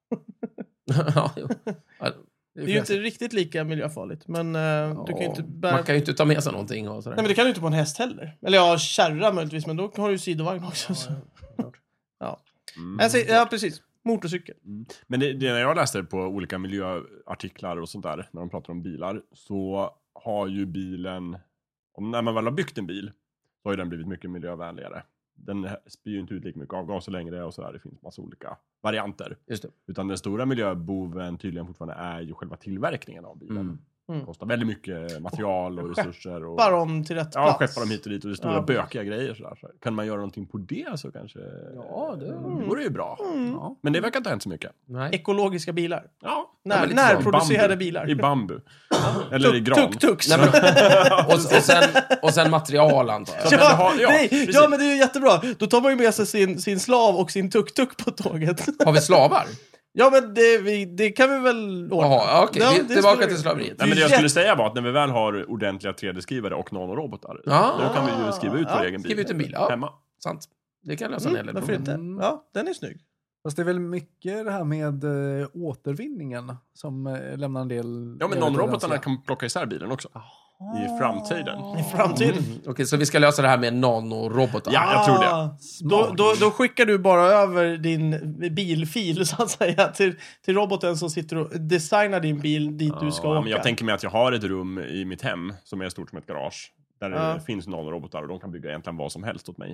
Ja, jo. Ja, Det är ju inte riktigt lika miljöfarligt, men eh, du kan ju inte bära... Man kan ju inte ta med sig någonting och sådär. Nej, men det kan du inte på en häst heller. Eller ja, kärra möjligtvis, men då har du ju sidovagn också. Så. Ja. Mm. Jag säger, ja, precis. Motorcykel. Men det, det när jag läste på olika miljöartiklar och sånt där, när de pratar om bilar, så har ju bilen, om när man väl har byggt en bil, så har ju den blivit mycket miljövänligare. Den spyr ju inte ut lika mycket avgaser längre och sådär. Det finns massa olika varianter. Just det. Utan den stora miljöboven tydligen fortfarande är ju själva tillverkningen av bilen. Mm. Mm. Det kostar väldigt mycket material och resurser. Och, Bara om till rätt ja, plats. skeppar dem hit och dit och det är stora Ja. bökiga grejer. Sådär. Så kan man göra någonting på det så kanske... Ja, det- det vore ju bra. Mm. Ja. Men det verkar inte ha hänt så mycket. Nej. Ekologiska bilar. Ja, När, men lite så. närproducerade Bambu. bilar. I bambu. Eller i gran. Tuk-tuks. Nej, men, och, och, sen, och sen material, antar jag. Så- Ja, Ja, ja, nej, precis. ja, men det är ju jättebra. Då tar man ju med sig sin, sin slav och sin tuk-tuk på tåget. Har vi slavar? Ja, men det, vi, det kan vi väl ordna. Jaha, okej. Ja, Vi- det tillbaka skulle- till slaveriet. Nej, men det jag skulle säga var att när vi väl har ordentliga tre D-skrivare och nanorobotar, Ja. då kan vi ju skriva ut Ja, vår egen bil. skriv ut en bil, ja. Hemma. Sant. Det kan lösa en hel Mm, del varför problem. inte? Ja, den är snygg. Fast det är väl mycket det här med eh, återvinningen som eh, lämnar en del... Ja, men nanorobotarna kan plocka isär bilen också. I framtiden. I framtiden. Mm. Okej, så vi ska lösa det här med nanorobotar. Ja, jag tror det. Ah, Då, då, då skickar du bara över din bilfil så att säga till, till roboten som sitter och designar din bil dit du ska Ja, åka. men jag tänker mig att jag har ett rum i mitt hem som är stort som ett garage. Där Ja. det finns nanorobotar och de kan bygga egentligen vad som helst åt mig.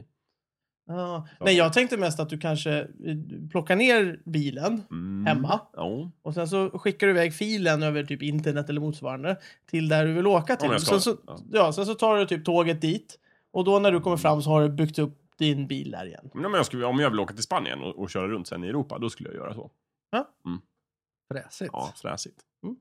Ja. Nej, jag tänkte mest att du kanske eh, plockar ner bilen Mm. hemma Ja. och sen så skickar du iväg filen över typ internet eller motsvarande till där du vill åka till. Om jag ska. Sen så, Ja. ja, sen så tar du typ tåget dit och då när du kommer fram så har du byggt upp din bil där igen. Men om jag, skulle, om jag vill åka till Spanien och, och köra runt sen i Europa, då skulle jag göra så. Fräsigt. Ja, fräsigt.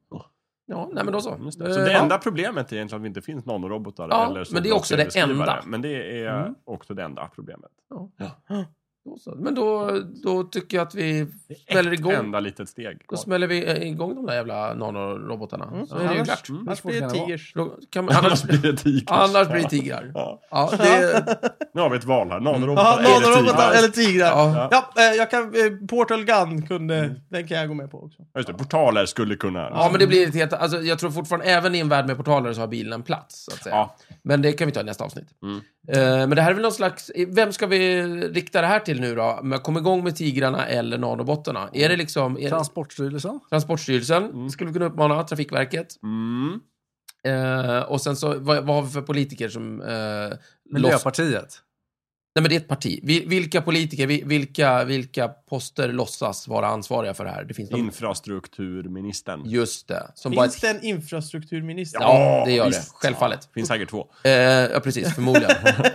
Ja, nej men då så. Just det. Så det Eh, enda problemet är egentligen att det inte finns nanorobotar. Ja, eller så men det är också det enda. Men det är Mm. också det enda problemet. Ja. Då så. Men då, då tycker jag att vi smäller Ett igång. enda litet steg. Då smäller vi igång de där jävla nanorobotarna. Mm. Så är det ju Annars- klart. Mm. Annars får blir det det gärna vara. tigers. Då kan man, Annars annars, blir det tigrar. annars blir det tigrar. Ja. Ja, det, Nu har vi ett val här. Ja, Nanorobotar eller nanorobotar tigrar. eller tigrar. ja. Ja, eh, jag kan, eh, Portal Gun kunde, den kan jag gå med på också. Ja, just det. Portaler skulle kunna... Ja, men det blir ett helt... Alltså, jag tror fortfarande, även i en värld med portaler så har bilen en plats, så att säga. Ja. Men det kan vi ta i nästa avsnitt. Mm. Eh, men det här är väl någon slags... Vem ska vi rikta det här till nu då? Men kom igång med tigrarna eller nanobotterna? Är det liksom... Är det Transportstyrelsen? Transportstyrelsen? Mm. Skulle vi kunna uppmana Trafikverket? Mm. Eh, och sen så, vad, vad har vi för politiker som... Eh, loss... Miljöpartiet? Nej, men det är ett parti. Vi, vilka politiker, vi, vilka, vilka poster låtsas vara ansvariga för det här? Det finns någon... Infrastrukturministern. Just det. Som bara Finns ett... det en infrastrukturminister? Ja, det gör visst. det. Självfallet. Finns säkert två. Eh, ja, precis. Förmodligen.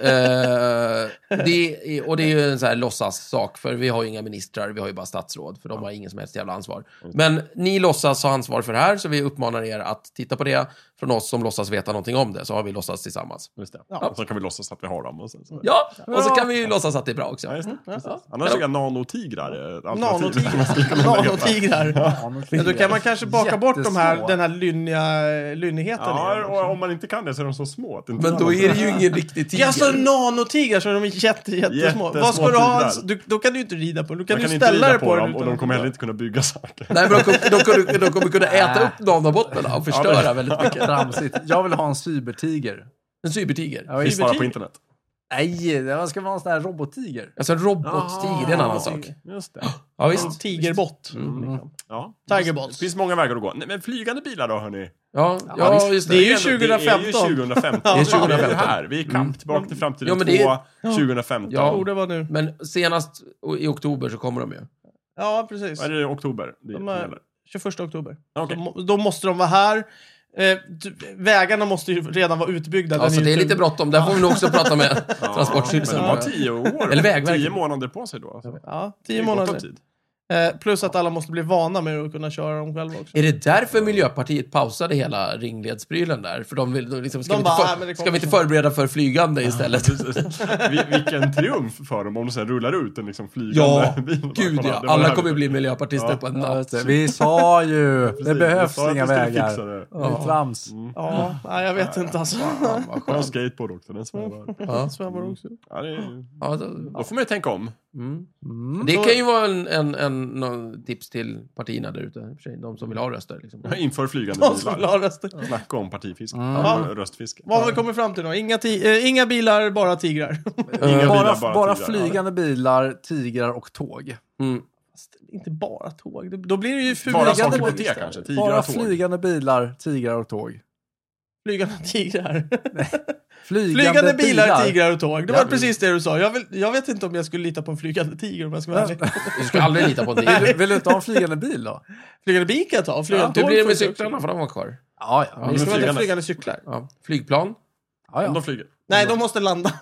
eh, det är, och det är ju en sån här låtsas-sak, för vi har ju inga ministrar, vi har ju bara statsråd, för de har ingen som helst jävla ansvar. Men ni låtsas ha ansvar för det här, så vi uppmanar er att titta på det från oss som låtsas veta någonting om det, så har vi låtsats tillsammans. Just det. Ja. Så kan vi låtsas att vi har dem. Och sen, så. Ja, och så kan vi ju låtsas att det är bra också. Ja, just det. Precis. Ja. Annars är nanotigrar eh, alternativ. Nanotigrar. Nanotigrar. Ja, Ja, då kan man kanske baka bort de här, Jättesmå. den här lynniga, lynnigheten Ja, igen. och om man inte kan det så är de så små. att inte Men då alla- är det ju ingen riktig tiger. Ja, så nanotigrar så de är jätte, jättesmå. Jättesmå Vad ska du ha? tigrar. Du, då kan du ju inte rida på. Du kan Man ju kan inte ställa rida dig på, på dem den och utan- de kommer heller inte kunna bygga saker. Nej, men de kommer, de kommer, de kommer kunna äta upp nanobotterna och förstöra väldigt mycket. Tramsigt. Jag vill ha en cybertiger. En cybertiger. Ja, Finns visst. bara på internet. Nej, det ska vara en sån här robottiger. Alltså en robotstiger, det är en annan sak. Just det. Ja, En visst. tigerbot. Mm. Ja. Tigerbots. Det finns många vägar att gå. Nej, men flygande bilar då, hörni. Ja, ja, just det. Det är ju ändå- tjugofemton. Det är ju tjugofemton. Ja, det är tjugofemton. Vi är här. Vi är i kamp tillbaka till framtiden Ja, men det är- två, tjugofemton. Ja. Borde vara nu. Men senast i oktober så kommer de ju. Ja, precis. Är det oktober? Det De som är gäller? tjugoförsta oktober. Okej. Så må- då måste de vara här. Eh, d- vägarna måste ju redan vara utbyggda. Den Alltså är det är ju lite bråttom, där får vi nog också prata med Ja, Transportstyrelsen. Men de har tio år. Eller Vägverket. Tio månader på sig då. Alltså. Ja, Det är tio gott om månader. tid. Eh, plus att alla måste bli vana med att kunna köra dem själva också. Är det därför Miljöpartiet pausade hela ringledsprylen där? För de vill de liksom, ska, De vi inte bara, för, "Nej, men det ska kommer vi inte så." förbereda för flygande istället? Vi- Vilken triumf för dem om de sen rullar ut en liksom flygande Ja, bil. gud Kolla, ja. det var Alla det här kommer vi- bli miljöpartister Ja. på en Ja, natt. just det. Vi sa ju, det Precis, behövs vi sa att inga vi skulle fixa vägar. det. Det är trams. Mm. Ja, nej, jag vet inte alltså. Fan, vad Jag har skönt. skateboard också, den svävar. Ja. Svävar också. Ja, det är... Ja, då, Då får man ju tänka om. mm. Mm. Det kan ju vara en, en, en, någon tips till partierna där ute, i och för sig, de som vill ha röster. Liksom. Inför flygande De som vill bilar. ha röster. Snacka om partifiske. Mm. Ja, röstfiske. Vad har vi kommit fram till då? Inga, ti- eh, inga bilar, bara tigrar. Inga Eh, bilar, Bara, bara bara tigrar. flygande bilar, tigrar och tåg. Mm. Fast inte bara tåg. Det- Då blir det ju för Bara mycket saker på tåg T istället. kanske. Tigrar Bara och tåg. flygande bilar, tigrar och tåg. Flygande tigrar. Flygande, Flygande bilar, tigrar och tåg. Det var Ja. precis det du sa. Jag, vill, jag vet inte om jag skulle lita på en flygande tiger om jag ska vara ärlig. Du ska aldrig lita på en Vill, tiger. du- vill du inte ha en flygande bil då? Flygande bil kan jag ta. Flygande Hur tåg blir det med funkar också. cyklarna? Får de vara kvar? Ja, Ja, Det men ska vara inte flygande. flygande cyklar. Ja. Flygplan? ja, ja. De flyger. Nej, de måste landa.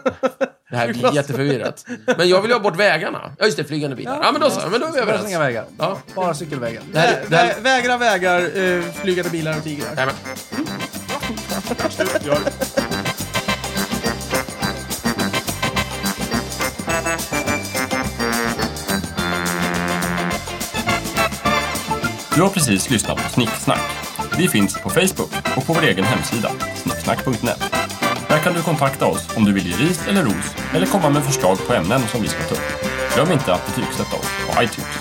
Det här blir jätteförvirrat. Men jag vill ju ha bort vägarna. Ja, just det, flygande bilar. Ja, men då så. Men då är vi Det behövs inga överens. vägar. Ja. Bara cykelvägar. Det här, det här, Vä- vägra vägar, eh, flygande bilar och tigrar. nej, men, Slut, gör. Du har precis lyssnat på Snicksnack. Vi finns på Facebook och på vår egen hemsida, snicksnack punkt net. Där kan du kontakta oss om du vill ge ris eller ros eller komma med förslag på ämnen som vi ska ta upp. Glöm inte att betygsätta oss på iTunes.